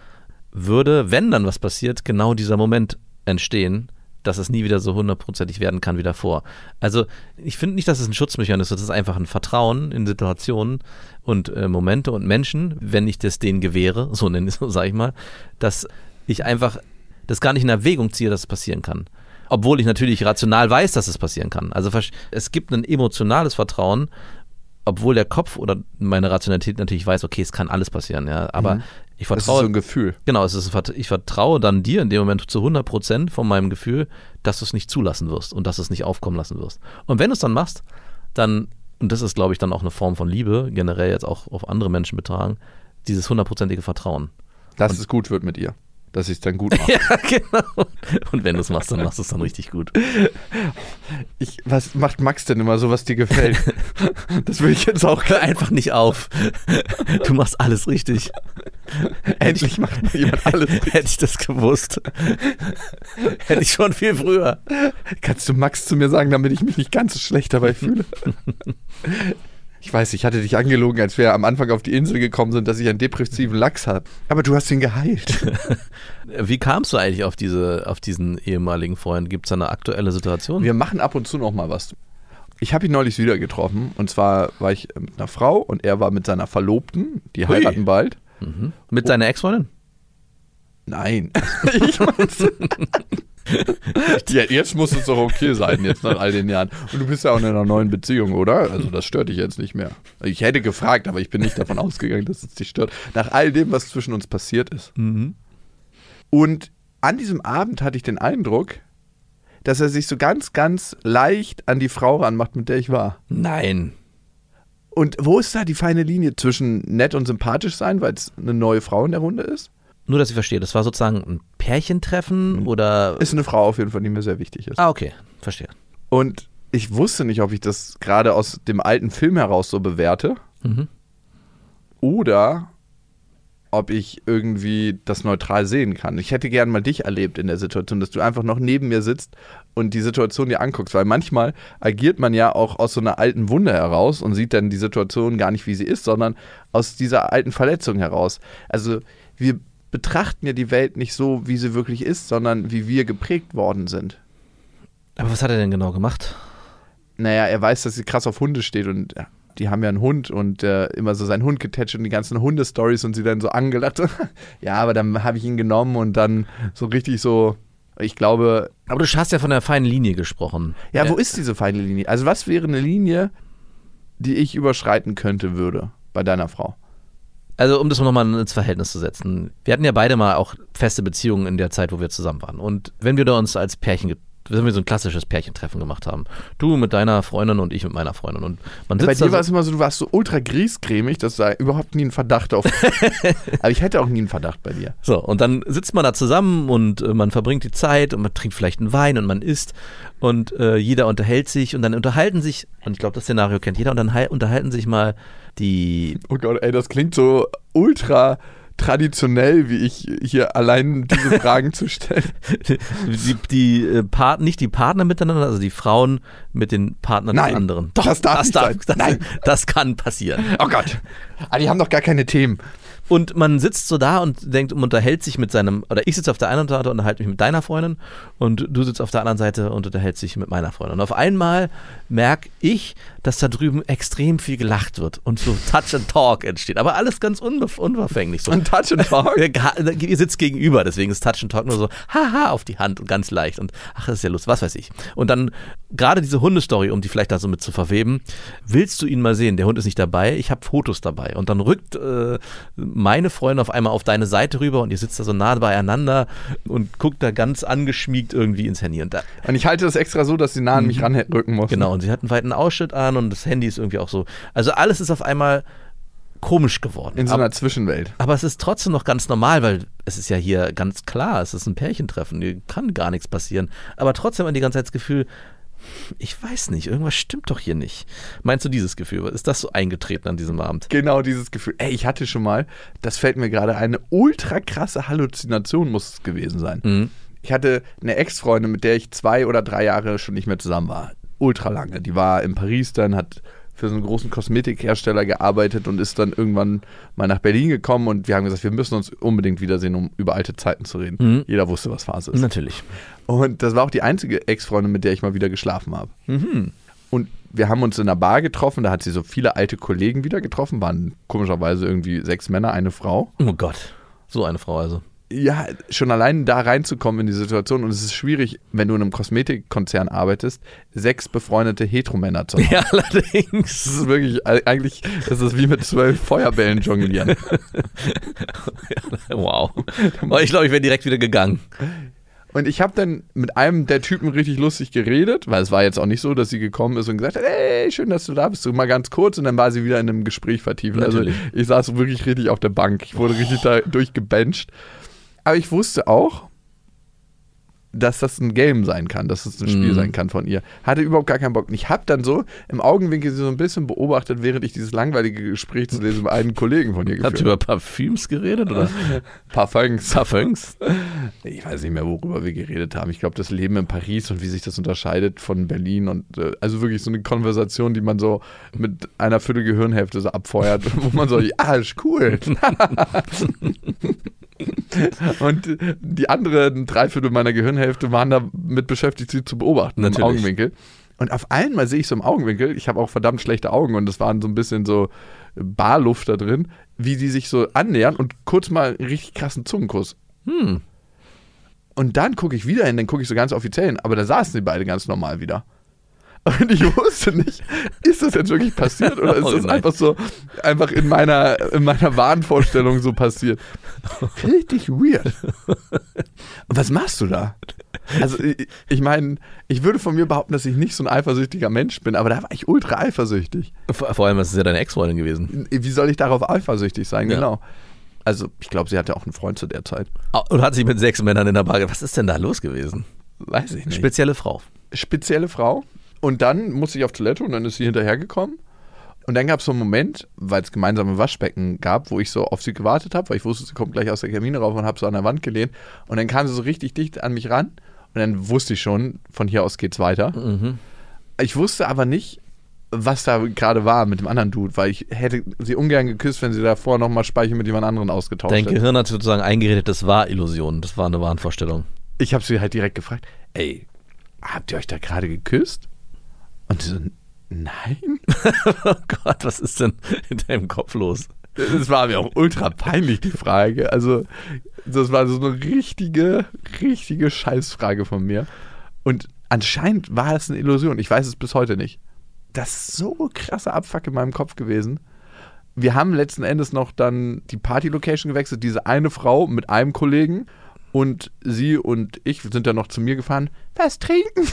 würde, wenn dann was passiert, genau dieser Moment entstehen, dass es nie wieder so hundertprozentig werden kann wie davor. Also ich finde nicht, dass es ein Schutzmechanismus ist. Das ist einfach ein Vertrauen in Situationen und äh, Momente und Menschen, wenn ich das denen gewähre, so nenne ich es, so sage ich mal, dass ich einfach das gar nicht in Erwägung ziehe, dass es passieren kann. Obwohl ich natürlich rational weiß, dass es passieren kann. Also es gibt ein emotionales Vertrauen, obwohl der Kopf oder meine Rationalität natürlich weiß, okay, es kann alles passieren. Ja, aber mhm. ich vertraue. Das ist so ein Gefühl. Genau, es ist, ich vertraue dann dir in dem Moment zu hundert Prozent von meinem Gefühl, dass du es nicht zulassen wirst und dass du es nicht aufkommen lassen wirst. Und wenn du es dann machst, dann, und das ist, glaube ich, dann auch eine Form von Liebe, generell jetzt auch auf andere Menschen betragen, dieses hundertprozentige Vertrauen. Dass und es gut wird mit ihr. Dass ich es dann gut mache. Ja, genau. Und wenn du es machst, dann machst du es dann richtig gut. Ich, was macht Max denn immer so, was dir gefällt? Das will ich jetzt auch. Hör einfach nicht auf. Du machst alles richtig. Endlich macht mal jemand alles richtig. Hätte ich das gewusst. Hätte ich schon viel früher. Kannst du Max zu mir sagen, damit ich mich nicht ganz so schlecht dabei fühle? Ich weiß, ich hatte dich angelogen, als wir am Anfang auf die Insel gekommen sind, dass ich einen depressiven Lachs habe. Aber du hast ihn geheilt. Wie kamst du eigentlich auf, diese, auf diesen ehemaligen Freund? Gibt es da eine aktuelle Situation? Wir machen ab und zu noch mal was. Ich habe ihn neulich wieder getroffen. Und zwar war ich mit einer Frau und er war mit seiner Verlobten. Die Hui. heiraten bald. Mhm. Mit seiner Ex-Freundin? Nein. Ich mein's. Ja, jetzt muss es doch okay sein, jetzt nach all den Jahren. Und du bist ja auch in einer neuen Beziehung, oder? Also das stört dich jetzt nicht mehr. Ich hätte gefragt, aber ich bin nicht davon ausgegangen, dass es dich stört. Nach all dem, was zwischen uns passiert ist. Mhm. Und an diesem Abend hatte ich den Eindruck, dass er sich so ganz, ganz leicht an die Frau ranmacht, mit der ich war. Nein. Und wo ist da die feine Linie zwischen nett und sympathisch sein, weil es eine neue Frau in der Runde ist? Nur, dass ich verstehe, das war sozusagen ein Pärchentreffen oder... Ist eine Frau auf jeden Fall, die mir sehr wichtig ist. Ah, okay, verstehe. Und ich wusste nicht, ob ich das gerade aus dem alten Film heraus so bewerte Mhm. oder ob ich irgendwie das neutral sehen kann. Ich hätte gern mal dich erlebt in der Situation, dass du einfach noch neben mir sitzt und die Situation dir anguckst, weil manchmal agiert man ja auch aus so einer alten Wunde heraus und sieht dann die Situation gar nicht, wie sie ist, sondern aus dieser alten Verletzung heraus. Also wir betrachten ja die Welt nicht so, wie sie wirklich ist, sondern wie wir geprägt worden sind. Aber was hat er denn genau gemacht? Naja, er weiß, dass sie krass auf Hunde steht und ja, die haben ja einen Hund und äh, immer so seinen Hund getätscht und die ganzen Hundestories und sie dann so angelacht. Ja, aber dann habe ich ihn genommen und dann so richtig so, ich glaube... Aber du hast ja von der feinen Linie gesprochen. Ja, wo ist diese feine Linie? Also was wäre eine Linie, die ich überschreiten könnte, würde bei deiner Frau? Also um das nochmal ins Verhältnis zu setzen. Wir hatten ja beide mal auch feste Beziehungen in der Zeit, wo wir zusammen waren. Und wenn wir da uns als Pärchen, wenn wir so ein klassisches Pärchentreffen gemacht haben, du mit deiner Freundin und ich mit meiner Freundin. Und man sitzt Bei dir da war es immer so, du warst so ultra griesgrämig, dass da überhaupt nie ein Verdacht auf... Aber ich hätte auch nie einen Verdacht bei dir. So, und dann sitzt man da zusammen und äh, man verbringt die Zeit und man trinkt vielleicht einen Wein und man isst und äh, jeder unterhält sich und dann unterhalten sich, und ich glaube, das Szenario kennt jeder, und dann halt, unterhalten sich mal die... Oh Gott, ey, das klingt so ultra traditionell, wie ich hier allein diese Fragen zu stellen. Die, die äh, Part, nicht die Partner miteinander, also die Frauen mit den Partnern Nein, des anderen. das darf nicht sein. Das, Nein. das kann passieren. Oh Gott, ah, die haben doch gar keine Themen. Und man sitzt so da und denkt, und unterhält sich mit seinem, oder ich sitze auf der einen Seite und unterhalte mich mit deiner Freundin und du sitzt auf der anderen Seite und unterhältst dich mit meiner Freundin. Und auf einmal merke ich, dass da drüben extrem viel gelacht wird und so Touch and Talk entsteht. Aber alles ganz unbe- unverfänglich. So. Und Touch and Talk? Ihr sitzt gegenüber, deswegen ist Touch and Talk nur so, haha, auf die Hand und ganz leicht. Und ach, das ist ja lustig, was weiß ich. Und dann gerade diese Hundestory, um die vielleicht da so mit zu verweben, willst du ihn mal sehen? Der Hund ist nicht dabei, ich habe Fotos dabei. Und dann rückt äh, meine Freundin auf einmal auf deine Seite rüber und ihr sitzt da so nah beieinander und guckt da ganz angeschmiegt irgendwie ins Handy. Und, da, und ich halte das extra so, dass sie nah an mich ranrücken muss. Genau, und sie hat einen weiten Ausschnitt an und das Handy ist irgendwie auch so. Also alles ist auf einmal komisch geworden. In so einer aber, Zwischenwelt. Aber es ist trotzdem noch ganz normal, weil es ist ja hier ganz klar, es ist ein Pärchentreffen, hier kann gar nichts passieren. Aber trotzdem hat man die ganze Zeit das Gefühl, ich weiß nicht, irgendwas stimmt doch hier nicht. Meinst du dieses Gefühl? Ist das so eingetreten an diesem Abend? Genau dieses Gefühl. Ey, ich hatte schon mal, das fällt mir gerade ein, eine ultra krasse Halluzination muss es gewesen sein. Mhm. Ich hatte eine Ex-Freundin, mit der ich zwei oder drei Jahre schon nicht mehr zusammen war. Ultra lange. Die war in Paris dann, hat für so einen großen Kosmetikhersteller gearbeitet und ist dann irgendwann mal nach Berlin gekommen und wir haben gesagt, wir müssen uns unbedingt wiedersehen, um über alte Zeiten zu reden. Mhm. Jeder wusste, was Phase ist. Natürlich. Und das war auch die einzige Ex-Freundin, mit der ich mal wieder geschlafen habe. Mhm. Und wir haben uns in einer Bar getroffen, da hat sie so viele alte Kollegen wieder getroffen, waren komischerweise irgendwie sechs Männer, eine Frau. Oh Gott, so eine Frau also. Ja, schon allein da reinzukommen in die Situation und es ist schwierig, wenn du in einem Kosmetikkonzern arbeitest, sechs befreundete Heteromänner zu haben. Ja, allerdings. Das ist wirklich, eigentlich, das ist wie mit zwölf Feuerbällen jonglieren. Wow. Ich glaube, ich wäre direkt wieder gegangen. Und ich habe dann mit einem der Typen richtig lustig geredet, weil es war jetzt auch nicht so, dass sie gekommen ist und gesagt hat, hey, schön, dass du da bist, so mal ganz kurz und dann war sie wieder in einem Gespräch vertieft. Natürlich. Also ich saß wirklich richtig auf der Bank, ich wurde richtig da durchgebencht. Aber ich wusste auch, dass das ein Game sein kann, dass es das ein Spiel mm. sein kann von ihr. Hatte überhaupt gar keinen Bock. Und ich habe dann so im Augenwinkel sie so ein bisschen beobachtet, während ich dieses langweilige Gespräch zu diesem einen Kollegen von ihr geführt habe. Habt ihr über Parfüms geredet oder? Parfums. Parfums? Ich weiß nicht mehr, worüber wir geredet haben. Ich glaube, das Leben in Paris und wie sich das unterscheidet von Berlin und äh, also wirklich so eine Konversation, die man so mit einer Viertel Gehirnhälfte so abfeuert, wo man so, ja, ist cool. Und die anderen Dreiviertel meiner Gehirnhälfte waren damit beschäftigt, sie zu beobachten. Natürlich. Im Augenwinkel. Und auf einmal sehe ich so im Augenwinkel, ich habe auch verdammt schlechte Augen und es waren so ein bisschen so Barluft da drin, wie die sich so annähern und kurz mal einen richtig krassen Zungenkuss. Hm. Und dann gucke ich wieder hin, dann gucke ich so ganz offiziell hin, aber da saßen die beide ganz normal wieder. Und ich wusste nicht, ist das jetzt wirklich passiert oder ist das einfach so, einfach in meiner, in meiner Wahnvorstellung so passiert? Richtig weird. Und was machst du da? Also ich, ich meine, ich würde von mir behaupten, dass ich nicht so ein eifersüchtiger Mensch bin, aber da war ich ultra eifersüchtig. Vor, vor allem, es ist ja deine Ex-Freundin gewesen. Wie soll ich darauf eifersüchtig sein? Ja. Genau. Also ich glaube, sie hatte auch einen Freund zu der Zeit. Und hat sich mit sechs Männern in der Bar. Was ist denn da los gewesen? Weiß ich nicht. Spezielle Frau. Spezielle Frau. Und dann musste ich auf Toilette und dann ist sie hinterhergekommen. Und dann gab es so einen Moment, weil es gemeinsame Waschbecken gab, wo ich so auf sie gewartet habe, weil ich wusste, sie kommt gleich aus der Kabine rauf und habe so an der Wand gelehnt. Und dann kam sie so richtig dicht an mich ran. Und dann wusste ich schon, von hier aus geht's weiter. Mhm. Ich wusste aber nicht, was da gerade war mit dem anderen Dude, weil ich hätte sie ungern geküsst, wenn sie davor nochmal Speichel mit jemand anderen ausgetauscht Dein hätte. Gehirn hat sozusagen eingeredet, das war Illusion, das war eine Wahnvorstellung. Ich habe sie halt direkt gefragt, ey, habt ihr euch da gerade geküsst? Und sie so, nein. Oh Gott, was ist denn in deinem Kopf los? Es war mir auch ultra peinlich, die Frage. Also, das war so eine richtige, richtige Scheißfrage von mir. Und anscheinend war es eine Illusion. Ich weiß es bis heute nicht. Das ist so krasser Abfuck in meinem Kopf gewesen. Wir haben letzten Endes noch dann die Party-Location gewechselt. Diese eine Frau mit einem Kollegen und sie und ich sind dann noch zu mir gefahren. Was trinken?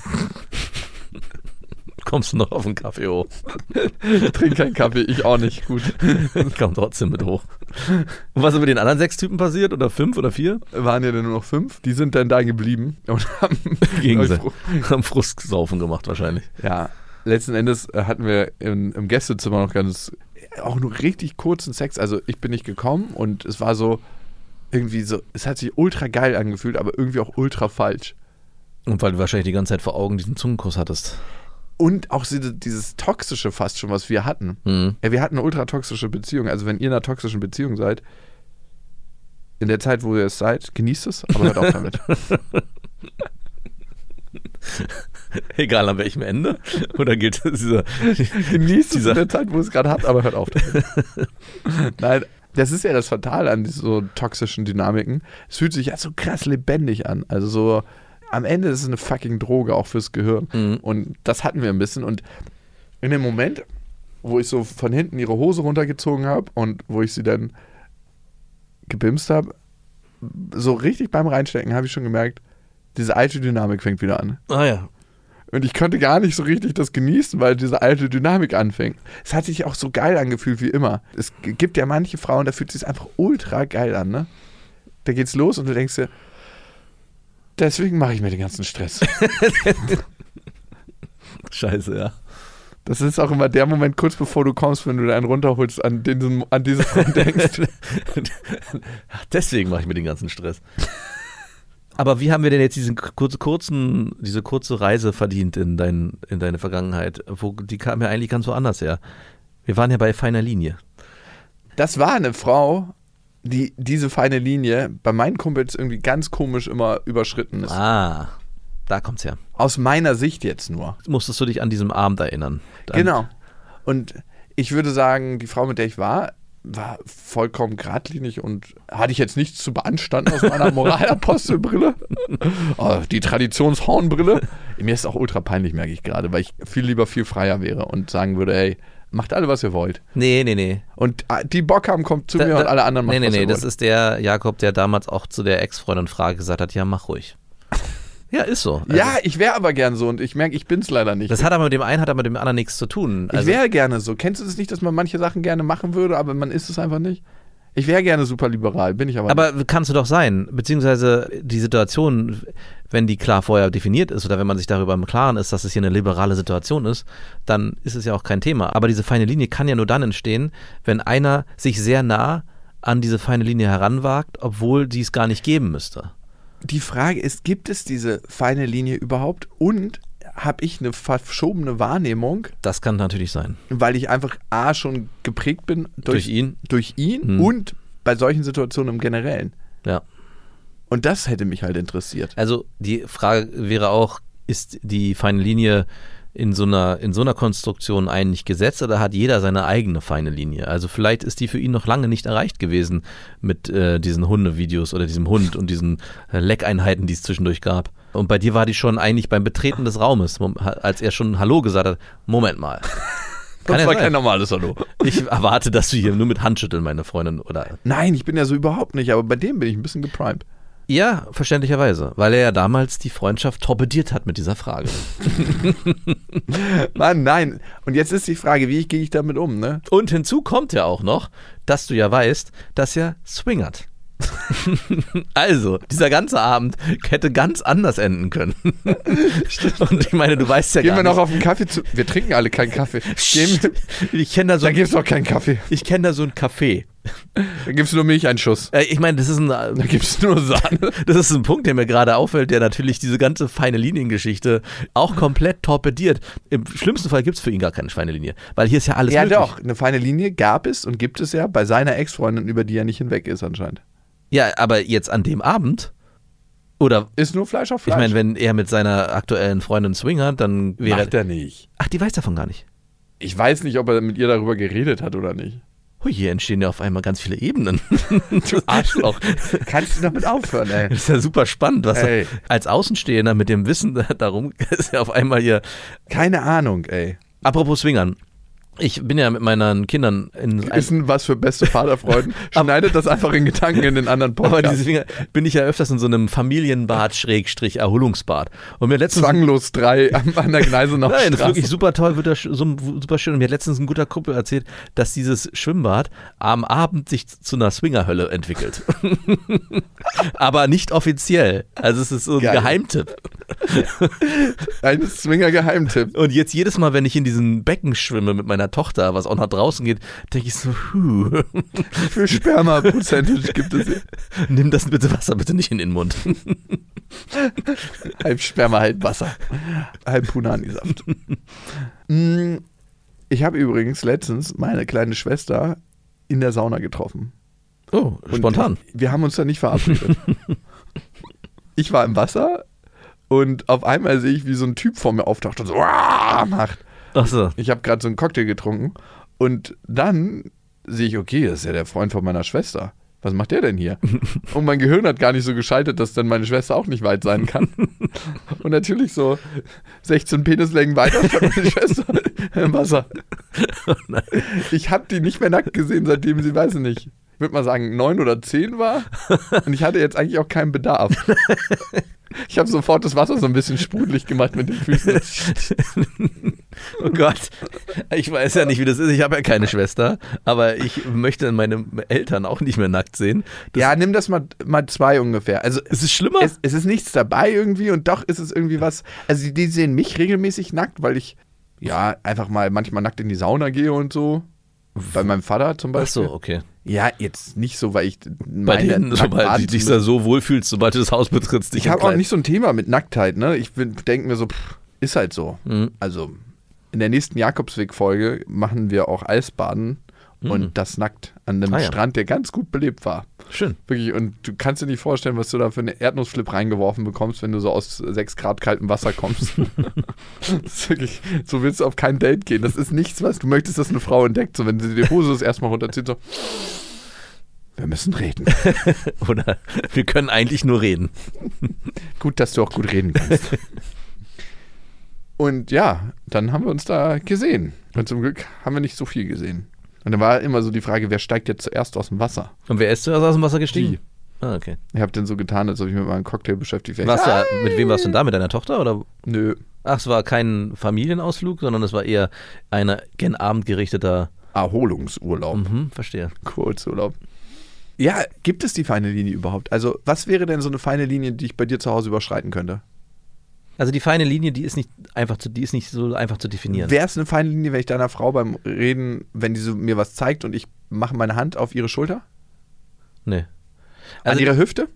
Kommst du noch auf den Kaffee hoch? Ich trinke keinen Kaffee, ich auch nicht. Gut. Komm trotzdem mit hoch. Und was ist mit den anderen sechs Typen passiert? Oder fünf oder vier? Waren ja dann nur noch fünf. Die sind dann da geblieben und haben Gegenseitig. Haben Frustsaufen gemacht wahrscheinlich. Ja, letzten Endes hatten wir im, im Gästezimmer noch ganz, auch nur richtig kurzen Sex. Also ich bin nicht gekommen und es war so irgendwie so, es hat sich ultra geil angefühlt, aber irgendwie auch ultra falsch. Und weil du wahrscheinlich die ganze Zeit vor Augen diesen Zungenkuss hattest. Und auch dieses Toxische fast schon, was wir hatten. Mhm. Ja, wir hatten eine ultra-toxische Beziehung. Also wenn ihr in einer toxischen Beziehung seid, in der Zeit, wo ihr es seid, genießt es, aber hört auf damit. Egal an welchem Ende. Oder gilt dieser... Genießt dieser es in der Zeit, wo ihr es gerade habt, aber hört auf damit. Nein, das ist ja das Fatale an so toxischen Dynamiken. Es fühlt sich ja so krass lebendig an. Also so... Am Ende ist es eine fucking Droge, auch fürs Gehirn. Mhm. Und das hatten wir ein bisschen. Und in dem Moment, wo ich so von hinten ihre Hose runtergezogen habe und wo ich sie dann gebimst habe, so richtig beim Reinstecken habe ich schon gemerkt, diese alte Dynamik fängt wieder an. Ah ja. Und ich konnte gar nicht so richtig das genießen, weil diese alte Dynamik anfängt. Es hat sich auch so geil angefühlt wie immer. Es gibt ja manche Frauen, da fühlt es sich einfach ultra geil an, ne? Da geht's los und du denkst dir, deswegen mache ich mir den ganzen Stress. Scheiße, ja. Das ist auch immer der Moment, kurz bevor du kommst, wenn du einen runterholst, an, den, an diese Frau denkst. Deswegen mache ich mir den ganzen Stress. Aber wie haben wir denn jetzt diesen kurzen, kurzen, diese kurze Reise verdient in, dein, in deine Vergangenheit? Wo, die kam ja eigentlich ganz woanders her. Wir waren ja bei feiner Linie. Das war eine Frau, die diese feine Linie bei meinen Kumpels irgendwie ganz komisch immer überschritten ist. Ah, da kommt's her. Aus meiner Sicht jetzt nur. Musstest du dich an diesem Abend erinnern? Dann Genau. Und ich würde sagen, die Frau, mit der ich war, war vollkommen geradlinig und hatte ich jetzt nichts zu beanstanden aus meiner Moralapostelbrille. Oh, die Traditionshornbrille. Mir ist auch ultra peinlich, merke ich gerade, weil ich viel lieber viel freier wäre und sagen würde, hey, macht alle, was ihr wollt. Nee, nee, nee. Und die Bock haben, kommt zu Da, mir da, und alle anderen machen, nee, nee, was ihr nee, wollt. das ist der Jakob, der damals auch zu der Ex-Freundin Frage gesagt hat, ja, mach ruhig. Ja, ist so. Also, ja, ich wäre aber gern so und ich merke, ich bin's leider nicht. das hat aber mit dem einen, hat aber mit dem anderen nichts zu tun. ich Also, wäre gerne so. Kennst du das nicht, dass man manche Sachen gerne machen würde, aber man ist es einfach nicht? Ich wäre gerne super liberal, bin ich aber, nicht. aber kannst du doch sein, beziehungsweise die Situation, wenn die klar vorher definiert ist oder wenn man sich darüber im Klaren ist, dass es hier eine liberale Situation ist, dann ist es ja auch kein Thema. Aber diese feine Linie kann ja nur dann entstehen, wenn einer sich sehr nah an diese feine Linie heranwagt, obwohl die es gar nicht geben müsste. Die Frage ist, gibt es diese feine Linie überhaupt und habe ich eine verschobene Wahrnehmung, Das kann natürlich sein. weil ich einfach A, schon geprägt bin durch, Durch ihn? durch ihn Hm. und bei solchen Situationen im Generellen. Ja. Und das hätte mich halt interessiert. Also die Frage wäre auch, ist die feine Linie in so einer, in so einer Konstruktion eigentlich gesetzt oder hat jeder seine eigene feine Linie? Also vielleicht ist die für ihn noch lange nicht erreicht gewesen mit äh, diesen Hundevideos oder diesem Hund und diesen äh, Leckeinheiten, die es zwischendurch gab. Und bei dir war die schon eigentlich beim Betreten des Raumes, als er schon Hallo gesagt hat, Moment mal. Kann das ja war sein. kein normales Hallo. Ich erwarte, dass du hier nur mit Handschütteln, meine Freundin, oder? Nein, ich bin ja so überhaupt nicht, aber bei dem bin ich ein bisschen geprimed. Ja, verständlicherweise, weil er ja damals die Freundschaft torpediert hat mit dieser Frage. Mann, nein. Und jetzt ist die Frage, wie gehe ich damit um, ne? Und hinzu kommt ja auch noch, dass du ja weißt, dass er swingert. Also, dieser ganze Abend hätte ganz anders enden können. Und ich meine, du weißt ja Gehen gar wir nicht. noch auf einen Kaffee zu. Wir trinken alle keinen Kaffee. Gehen wir, Ich kenne da so da ein, gibt es doch keinen Kaffee. ich kenn da so ein Café. Da gibt es nur Milcheinschuss. Äh, Ich meine, das ist ein, Da gibt es nur Sahne. das ist ein Punkt, der mir gerade auffällt, der natürlich diese ganze feine Liniengeschichte auch komplett torpediert. Im schlimmsten Fall gibt es für ihn gar keine feine Linie, weil hier ist ja alles Ja möglich. doch, eine feine Linie gab es und gibt es ja bei seiner Ex-Freundin, über die er nicht hinweg ist anscheinend. Ja, aber jetzt an dem Abend oder Ist nur Fleisch auf ich Fleisch. meine, wenn er mit seiner aktuellen Freundin swingert, dann wäre Macht er nicht. Ach, die weiß davon gar nicht. Ich weiß nicht, ob er mit ihr darüber geredet hat oder nicht. Hui, hier entstehen ja auf einmal ganz viele Ebenen. Du Arschloch. Kannst du damit aufhören, ey? Das ist ja super spannend, was Ey. als Außenstehender mit dem Wissen darum ist ja auf einmal hier. Keine Ahnung, ey. Apropos Swingern. Ich bin ja mit meinen Kindern in Ist denn was für beste Vaterfreuden? Schneidet das einfach in Gedanken in den anderen aber Podcast. diese Swinger bin ich ja öfters in so einem Familienbad Schrägstrich Erholungsbad. Und mir letztens Zwanglos drei an an der Gneise noch Nein, das ist Straße. wirklich super toll, wird das sch- so super schön. Und mir hat letztens ein guter Kumpel erzählt, dass dieses Schwimmbad am Abend sich zu einer Swingerhölle entwickelt. Aber nicht offiziell. Also es ist so ein Geil. Geheimtipp. Ein Swinger-Geheimtipp. Und jetzt jedes Mal, wenn ich in diesen Becken schwimme mit meiner meiner Tochter, was auch nach draußen geht, denke ich so, huh. Wie viel Sperma-Prozent gibt es hier? Nimm das bitte Wasser bitte nicht in den Mund. Halb Sperma, halb Wasser. Halb Punani-Saft. Ich habe übrigens letztens meine kleine Schwester in der Sauna getroffen. Oh, spontan. Und wir haben uns da nicht verabredet. Ich war im Wasser und auf einmal sehe ich, wie so ein Typ vor mir auftaucht und so macht. Ach so. Ich habe gerade so einen Cocktail getrunken und dann sehe ich, okay, das ist ja der Freund von meiner Schwester. Was macht der denn hier? Und mein Gehirn hat gar nicht so geschaltet, dass dann meine Schwester auch nicht weit sein kann. Und natürlich so sechzehn Penislängen weiter stand meine Schwester im Wasser. Ich habe die nicht mehr nackt gesehen, seitdem sie, weiß ich nicht, ich würde mal sagen, neun oder zehn war. Und ich hatte jetzt eigentlich auch keinen Bedarf. Ich habe sofort das Wasser so ein bisschen sprudelig gemacht mit den Füßen. Oh Gott, ich weiß ja nicht, wie das ist. Ich habe ja keine Schwester, aber ich möchte meine Eltern auch nicht mehr nackt sehen. Das Ja, nimm das mal, mal zwei ungefähr. Also ist es schlimmer? Es, es ist nichts dabei irgendwie und doch ist es irgendwie was. Also die, die sehen mich regelmäßig nackt, weil ich ja einfach mal manchmal nackt in die Sauna gehe und so. Bei meinem Vater zum Beispiel. Ach so, okay. Ja, jetzt nicht so, weil ich Bei denen, sobald du dich da so wohlfühlst, sobald du das Haus betrittst. Dich Ich habe auch nicht so ein Thema mit Nacktheit, ne? Ich denke mir so, pff, ist halt so. Mhm. Also in der nächsten Jakobsweg-Folge machen wir auch Eisbaden Mhm. und das nackt an einem Ah, ja. Strand, der ganz gut belebt war. Schön. Wirklich, und du kannst dir nicht vorstellen, was du da für eine Erdnussflip reingeworfen bekommst, wenn du so aus sechs Grad kaltem Wasser kommst. Das ist wirklich, so willst du auf kein Date gehen. Das ist nichts, was du möchtest, dass eine Frau entdeckt. So, wenn sie die Hose das erstmal runterzieht, so, wir müssen reden. Oder wir können eigentlich nur reden. Gut, dass du auch gut reden kannst. Und ja, dann haben wir uns da gesehen. Und zum Glück haben wir nicht so viel gesehen. Und dann war immer so die Frage, wer steigt jetzt zuerst aus dem Wasser? Und wer ist zuerst aus dem Wasser gestiegen? Die. Ah, okay. Ich habe dann so getan, als ob ich mit meinem Cocktail beschäftigt wäre. Warst du, mit wem warst du denn da? Mit deiner Tochter? Oder? Nö. Ach, es war kein Familienausflug, sondern es war eher ein gen Abend gerichteter. Erholungsurlaub. Mhm, verstehe. Kurzurlaub. Ja, gibt es die feine Linie überhaupt? Also, was wäre denn so eine feine Linie, die ich bei dir zu Hause überschreiten könnte? Also die feine Linie, die ist nicht einfach zu, die ist nicht so einfach zu definieren. Wäre es eine feine Linie, wenn ich deiner Frau beim Reden, wenn die so mir was zeigt und ich mache meine Hand auf ihre Schulter? Nee. An Also, ihre Hüfte?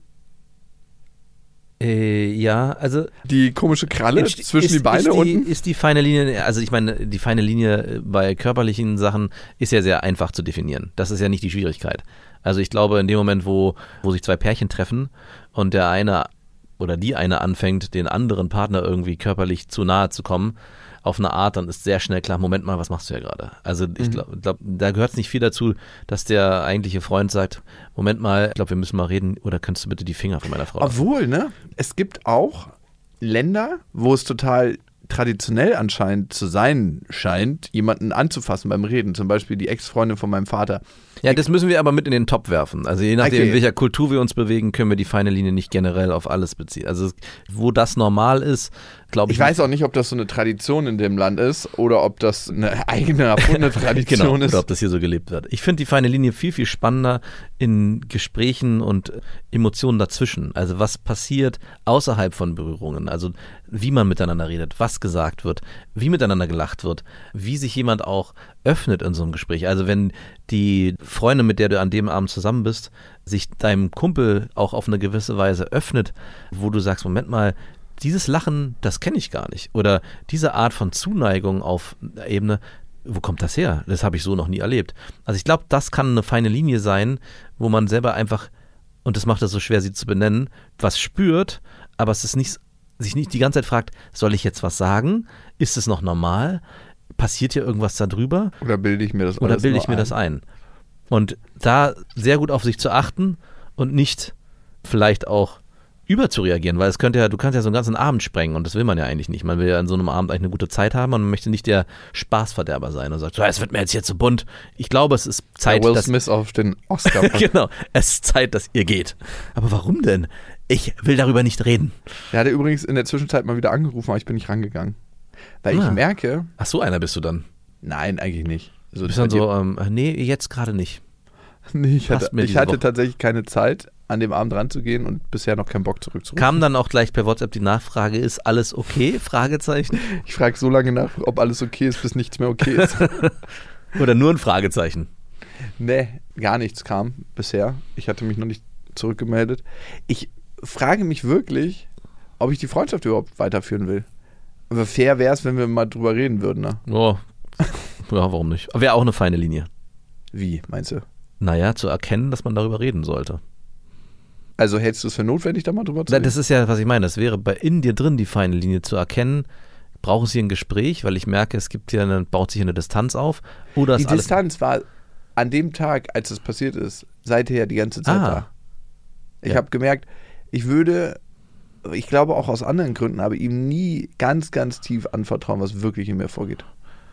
äh, ja, also Die komische Kralle Ist- zwischen ist, die Beine ist die, unten? Ist die feine Linie, also ich meine, die feine Linie bei körperlichen Sachen ist ja sehr einfach zu definieren. Das ist ja nicht die Schwierigkeit. Also ich glaube, in dem Moment, wo, wo sich zwei Pärchen treffen und der eine oder die eine anfängt, den anderen Partner irgendwie körperlich zu nahe zu kommen, auf eine Art, dann ist sehr schnell klar, Moment mal, was machst du ja gerade? Also ich Mhm. glaube, glaub, da gehört es nicht viel dazu, dass der eigentliche Freund sagt, Moment mal, ich glaube, wir müssen mal reden oder könntest du bitte die Finger von meiner Frau lassen? Obwohl, ne? Es gibt auch Länder, wo es total traditionell anscheinend zu sein scheint, jemanden anzufassen beim Reden. Zum Beispiel die Ex-Freundin von meinem Vater. Ja, das müssen wir aber mit in den Topf werfen. Also je nachdem, Okay. in welcher Kultur wir uns bewegen, können wir die feine Linie nicht generell auf alles beziehen. Also wo das normal ist, glaube ich. Ich weiß auch nicht, ob das so eine Tradition in dem Land ist oder ob das eine eigene erfundene Tradition genau, ist. oder ob das hier so gelebt wird. Ich finde die feine Linie viel, viel spannender in Gesprächen und Emotionen dazwischen. Also was passiert außerhalb von Berührungen. Also wie man miteinander redet, was gesagt wird, wie miteinander gelacht wird, wie sich jemand auch öffnet in so einem Gespräch. Also wenn die Freundin, mit der du an dem Abend zusammen bist, sich deinem Kumpel auch auf eine gewisse Weise öffnet, wo du sagst, Moment mal, dieses Lachen, das kenne ich gar nicht. Oder diese Art von Zuneigung auf der Ebene, wo kommt das her? Das habe ich so noch nie erlebt. Also ich glaube, das kann eine feine Linie sein, wo man selber einfach, und das macht es so schwer, sie zu benennen, was spürt, aber es ist nicht, sich nicht die ganze Zeit fragt, soll ich jetzt was sagen? Ist es noch normal? Passiert hier irgendwas da drüber? Oder bilde ich mir das Oder alles bilde nur ich mir das ein? Und da sehr gut auf sich zu achten und nicht vielleicht auch überzureagieren, weil es könnte ja, du kannst ja so einen ganzen Abend sprengen und das will man ja eigentlich nicht. Man will ja an so einem Abend eigentlich eine gute Zeit haben und man möchte nicht der Spaßverderber sein und sagt, so, es wird mir jetzt hier zu bunt. Ich glaube, es ist Zeit, Will dass Smith auf den Oscar. genau, es ist Zeit, dass ihr geht. Aber warum denn? Ich will darüber nicht reden. Der hatte übrigens in der Zwischenzeit mal wieder angerufen, aber ich bin nicht rangegangen. Weil Ah. ich merke, Ach, so einer bist du dann. nein, eigentlich nicht. Also Du bist dann so, ähm, nee, jetzt gerade nicht. nee, ich passt hatte, mir ich diese hatte Woche. tatsächlich keine Zeit, an dem Abend ranzugehen und bisher noch keinen Bock zurückzurufen. Kam dann auch gleich per WhatsApp die Nachfrage, ist alles okay? Fragezeichen. Ich frage so lange nach, ob alles okay ist, bis nichts mehr okay ist. Oder nur ein Fragezeichen? Nee, gar nichts kam bisher. Ich hatte mich noch nicht zurückgemeldet. Ich frage mich wirklich, ob ich die Freundschaft überhaupt weiterführen will. Aber fair wäre es, wenn wir mal drüber reden würden, ne? Oh. Ja, warum nicht? Wäre auch eine feine Linie. Wie, meinst du? Naja, zu erkennen, dass man darüber reden sollte. Also hältst du es für notwendig, da mal drüber zu reden? Das ist ja, was ich meine. Das wäre bei in dir drin die feine Linie zu erkennen. Brauche ich hier ein Gespräch, weil ich merke, es gibt hier eine, baut sich hier eine Distanz auf. Oder die ist alles Distanz war an dem Tag, als es passiert ist, seither die ganze Zeit Ah. da. Ich Ja. habe gemerkt, ich würde, ich glaube auch aus anderen Gründen, aber ihm nie ganz, ganz tief anvertrauen, was wirklich in mir vorgeht.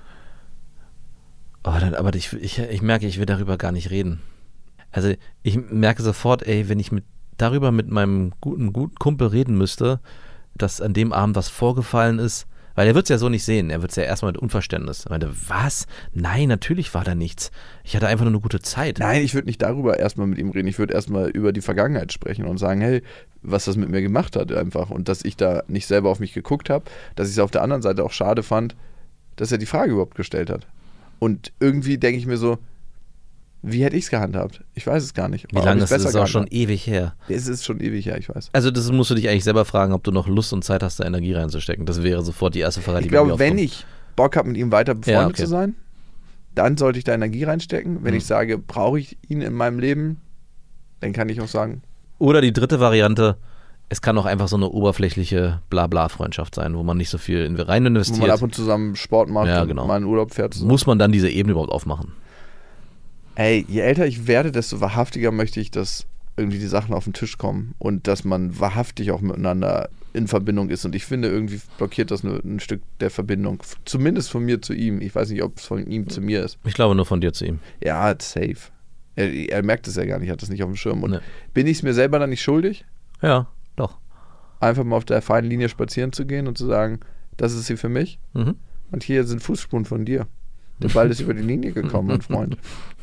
Oh, dann, aber ich, ich, ich merke, ich will darüber gar nicht reden. Also ich merke sofort, ey, wenn ich mit, darüber mit meinem guten, guten Kumpel reden müsste, dass an dem Abend was vorgefallen ist, weil er wird es ja so nicht sehen, er wird es ja erstmal mit Unverständnis. Er meinte, was? Nein, natürlich war da nichts. Ich hatte einfach nur eine gute Zeit. Nein, ich würde nicht darüber erstmal mit ihm reden. Ich würde erstmal über die Vergangenheit sprechen und sagen, hey, was das mit mir gemacht hat einfach. Und dass ich da nicht selber auf mich geguckt habe, dass ich es auf der anderen Seite auch schade fand, dass er die Frage überhaupt gestellt hat. Und irgendwie denke ich mir so, wie hätte ich es gehandhabt? Ich weiß es gar nicht. Wie lange ist das? Das ist auch schon ewig her. Es ist schon ewig her, ich weiß. Also das musst du dich eigentlich selber fragen, ob du noch Lust und Zeit hast, da Energie reinzustecken. Das wäre sofort die erste Frage, die Ich bei mir glaube, wenn aufkommt. ich Bock habe, mit ihm weiter befreundet Ja, okay. zu sein, dann sollte ich da Energie reinstecken. Wenn Mhm. ich sage, brauche ich ihn in meinem Leben, dann kann ich auch sagen, Oder die dritte Variante, es kann auch einfach so eine oberflächliche Blabla-Freundschaft sein, wo man nicht so viel in rein wo investiert. man ab und zu zusammen Sport macht Ja, und genau. mal in Urlaub fährt. zusammen. Muss man dann diese Ebene überhaupt aufmachen? Ey, je älter ich werde, desto wahrhaftiger möchte ich, dass irgendwie die Sachen auf den Tisch kommen und dass man wahrhaftig auch miteinander in Verbindung ist. Und ich finde, irgendwie blockiert das nur ein Stück der Verbindung. F- Zumindest von mir zu ihm. Ich weiß nicht, ob es von ihm zu mir ist. Ich glaube nur von dir zu ihm. Ja, safe. Er, er merkt es ja gar nicht, hat das nicht auf dem Schirm. Und Nee. bin ich es mir selber dann nicht schuldig, Ja, doch. einfach mal auf der feinen Linie spazieren zu gehen und zu sagen, das ist sie für mich Mhm. und hier sind Fußspuren von dir. Der Ball ist über die Linie gekommen, mein Freund.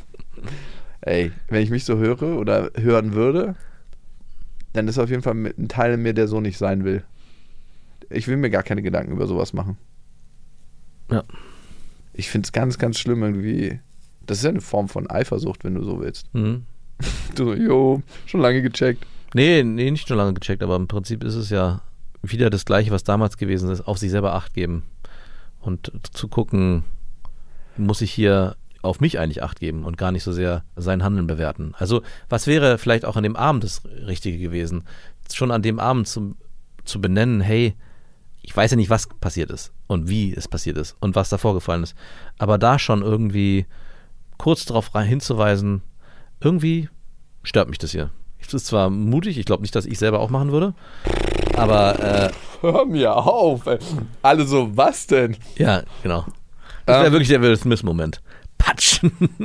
Ey, wenn ich mich so höre oder hören würde, dann ist auf jeden Fall ein Teil in mir, der so nicht sein will. Ich will mir gar keine Gedanken über sowas machen. Ja. Ich finde es ganz, ganz schlimm irgendwie. Das ist ja eine Form von Eifersucht, wenn du so willst. Mhm. Du so, jo, schon lange gecheckt. Nee, nee, nicht schon lange gecheckt, aber im Prinzip ist es ja wieder das Gleiche, was damals gewesen ist, auf sich selber Acht geben und zu gucken, muss ich hier auf mich eigentlich Acht geben und gar nicht so sehr sein Handeln bewerten. Also was wäre vielleicht auch an dem Abend das Richtige gewesen, schon an dem Abend zu, zu benennen, hey, ich weiß ja nicht, was passiert ist und wie es passiert ist und was da vorgefallen ist, aber da schon irgendwie kurz darauf rein- hinzuweisen, irgendwie stört mich das hier. Es ist zwar mutig, ich glaube nicht, dass ich selber auch machen würde, aber äh, Hör mir auf, ey. Alle so, was denn? ja, genau. Das wäre Ähm. wirklich der Will Smith-Moment. Patsch.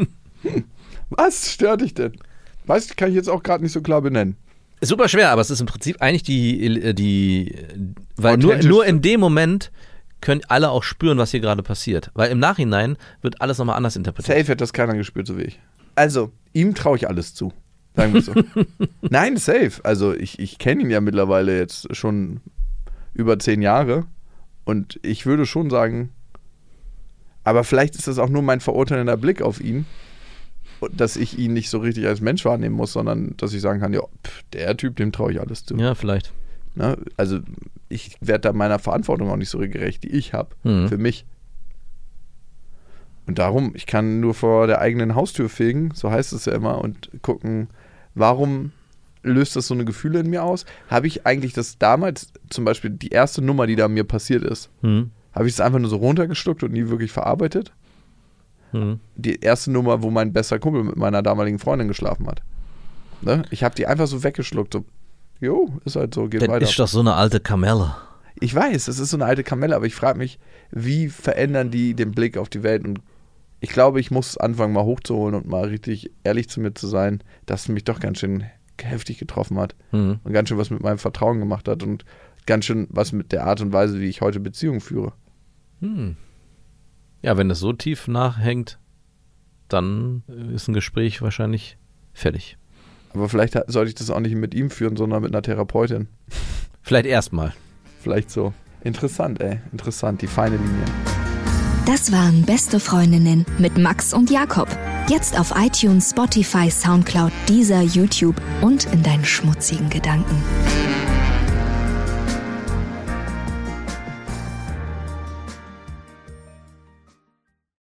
Was stört dich denn? Weißt du, kann ich jetzt auch gerade nicht so klar benennen. Super schwer, aber es ist im Prinzip eigentlich die, die weil nur, Authentisch. nur in dem Moment können alle auch spüren, was hier gerade passiert. Weil im Nachhinein wird alles nochmal anders interpretiert. Safe hätte das keiner gespürt, so wie ich. Also, ihm traue ich alles zu. Sagen wir so. Nein, safe. Also, ich, ich kenne ihn ja mittlerweile jetzt schon über zehn Jahre. Und ich würde schon sagen, aber vielleicht ist das auch nur mein verurteilender Blick auf ihn, dass ich ihn nicht so richtig als Mensch wahrnehmen muss, sondern dass ich sagen kann, ja, pff, der Typ, dem traue ich alles zu. Ja, vielleicht. Ne? Also, ich werde da meiner Verantwortung auch nicht so gerecht, die ich habe. Mhm. Für mich. Und darum, ich kann nur vor der eigenen Haustür fegen, so heißt es ja immer, und gucken, warum löst das so eine Gefühle in mir aus? Habe ich eigentlich das damals, zum Beispiel die erste Nummer, die da mir passiert ist, Hm. habe ich es einfach nur so runtergeschluckt und nie wirklich verarbeitet? Hm. Die erste Nummer, wo mein bester Kumpel mit meiner damaligen Freundin geschlafen hat. Ne? Ich habe die einfach so weggeschluckt, so, jo, ist halt so, geht Das weiter. ist doch so eine alte Kamelle. Ich weiß, es ist so eine alte Kamelle, aber ich frage mich, wie verändern die den Blick auf die Welt? Und ich glaube, ich muss anfangen, mal hochzuholen und mal richtig ehrlich zu mir zu sein, dass es mich doch ganz schön heftig getroffen hat Hm. und ganz schön was mit meinem Vertrauen gemacht hat und ganz schön was mit der Art und Weise, wie ich heute Beziehungen führe. Hm. Ja, wenn es so tief nachhängt, dann ist ein Gespräch wahrscheinlich fertig. Aber vielleicht ha- sollte ich das auch nicht mit ihm führen, sondern mit einer Therapeutin. Vielleicht erstmal. Vielleicht so. Interessant, ey. Interessant. Die feine Linie. Das waren Beste Freundinnen mit Max und Jakob. Jetzt auf iTunes, Spotify, Soundcloud, Deezer, YouTube und in deinen schmutzigen Gedanken.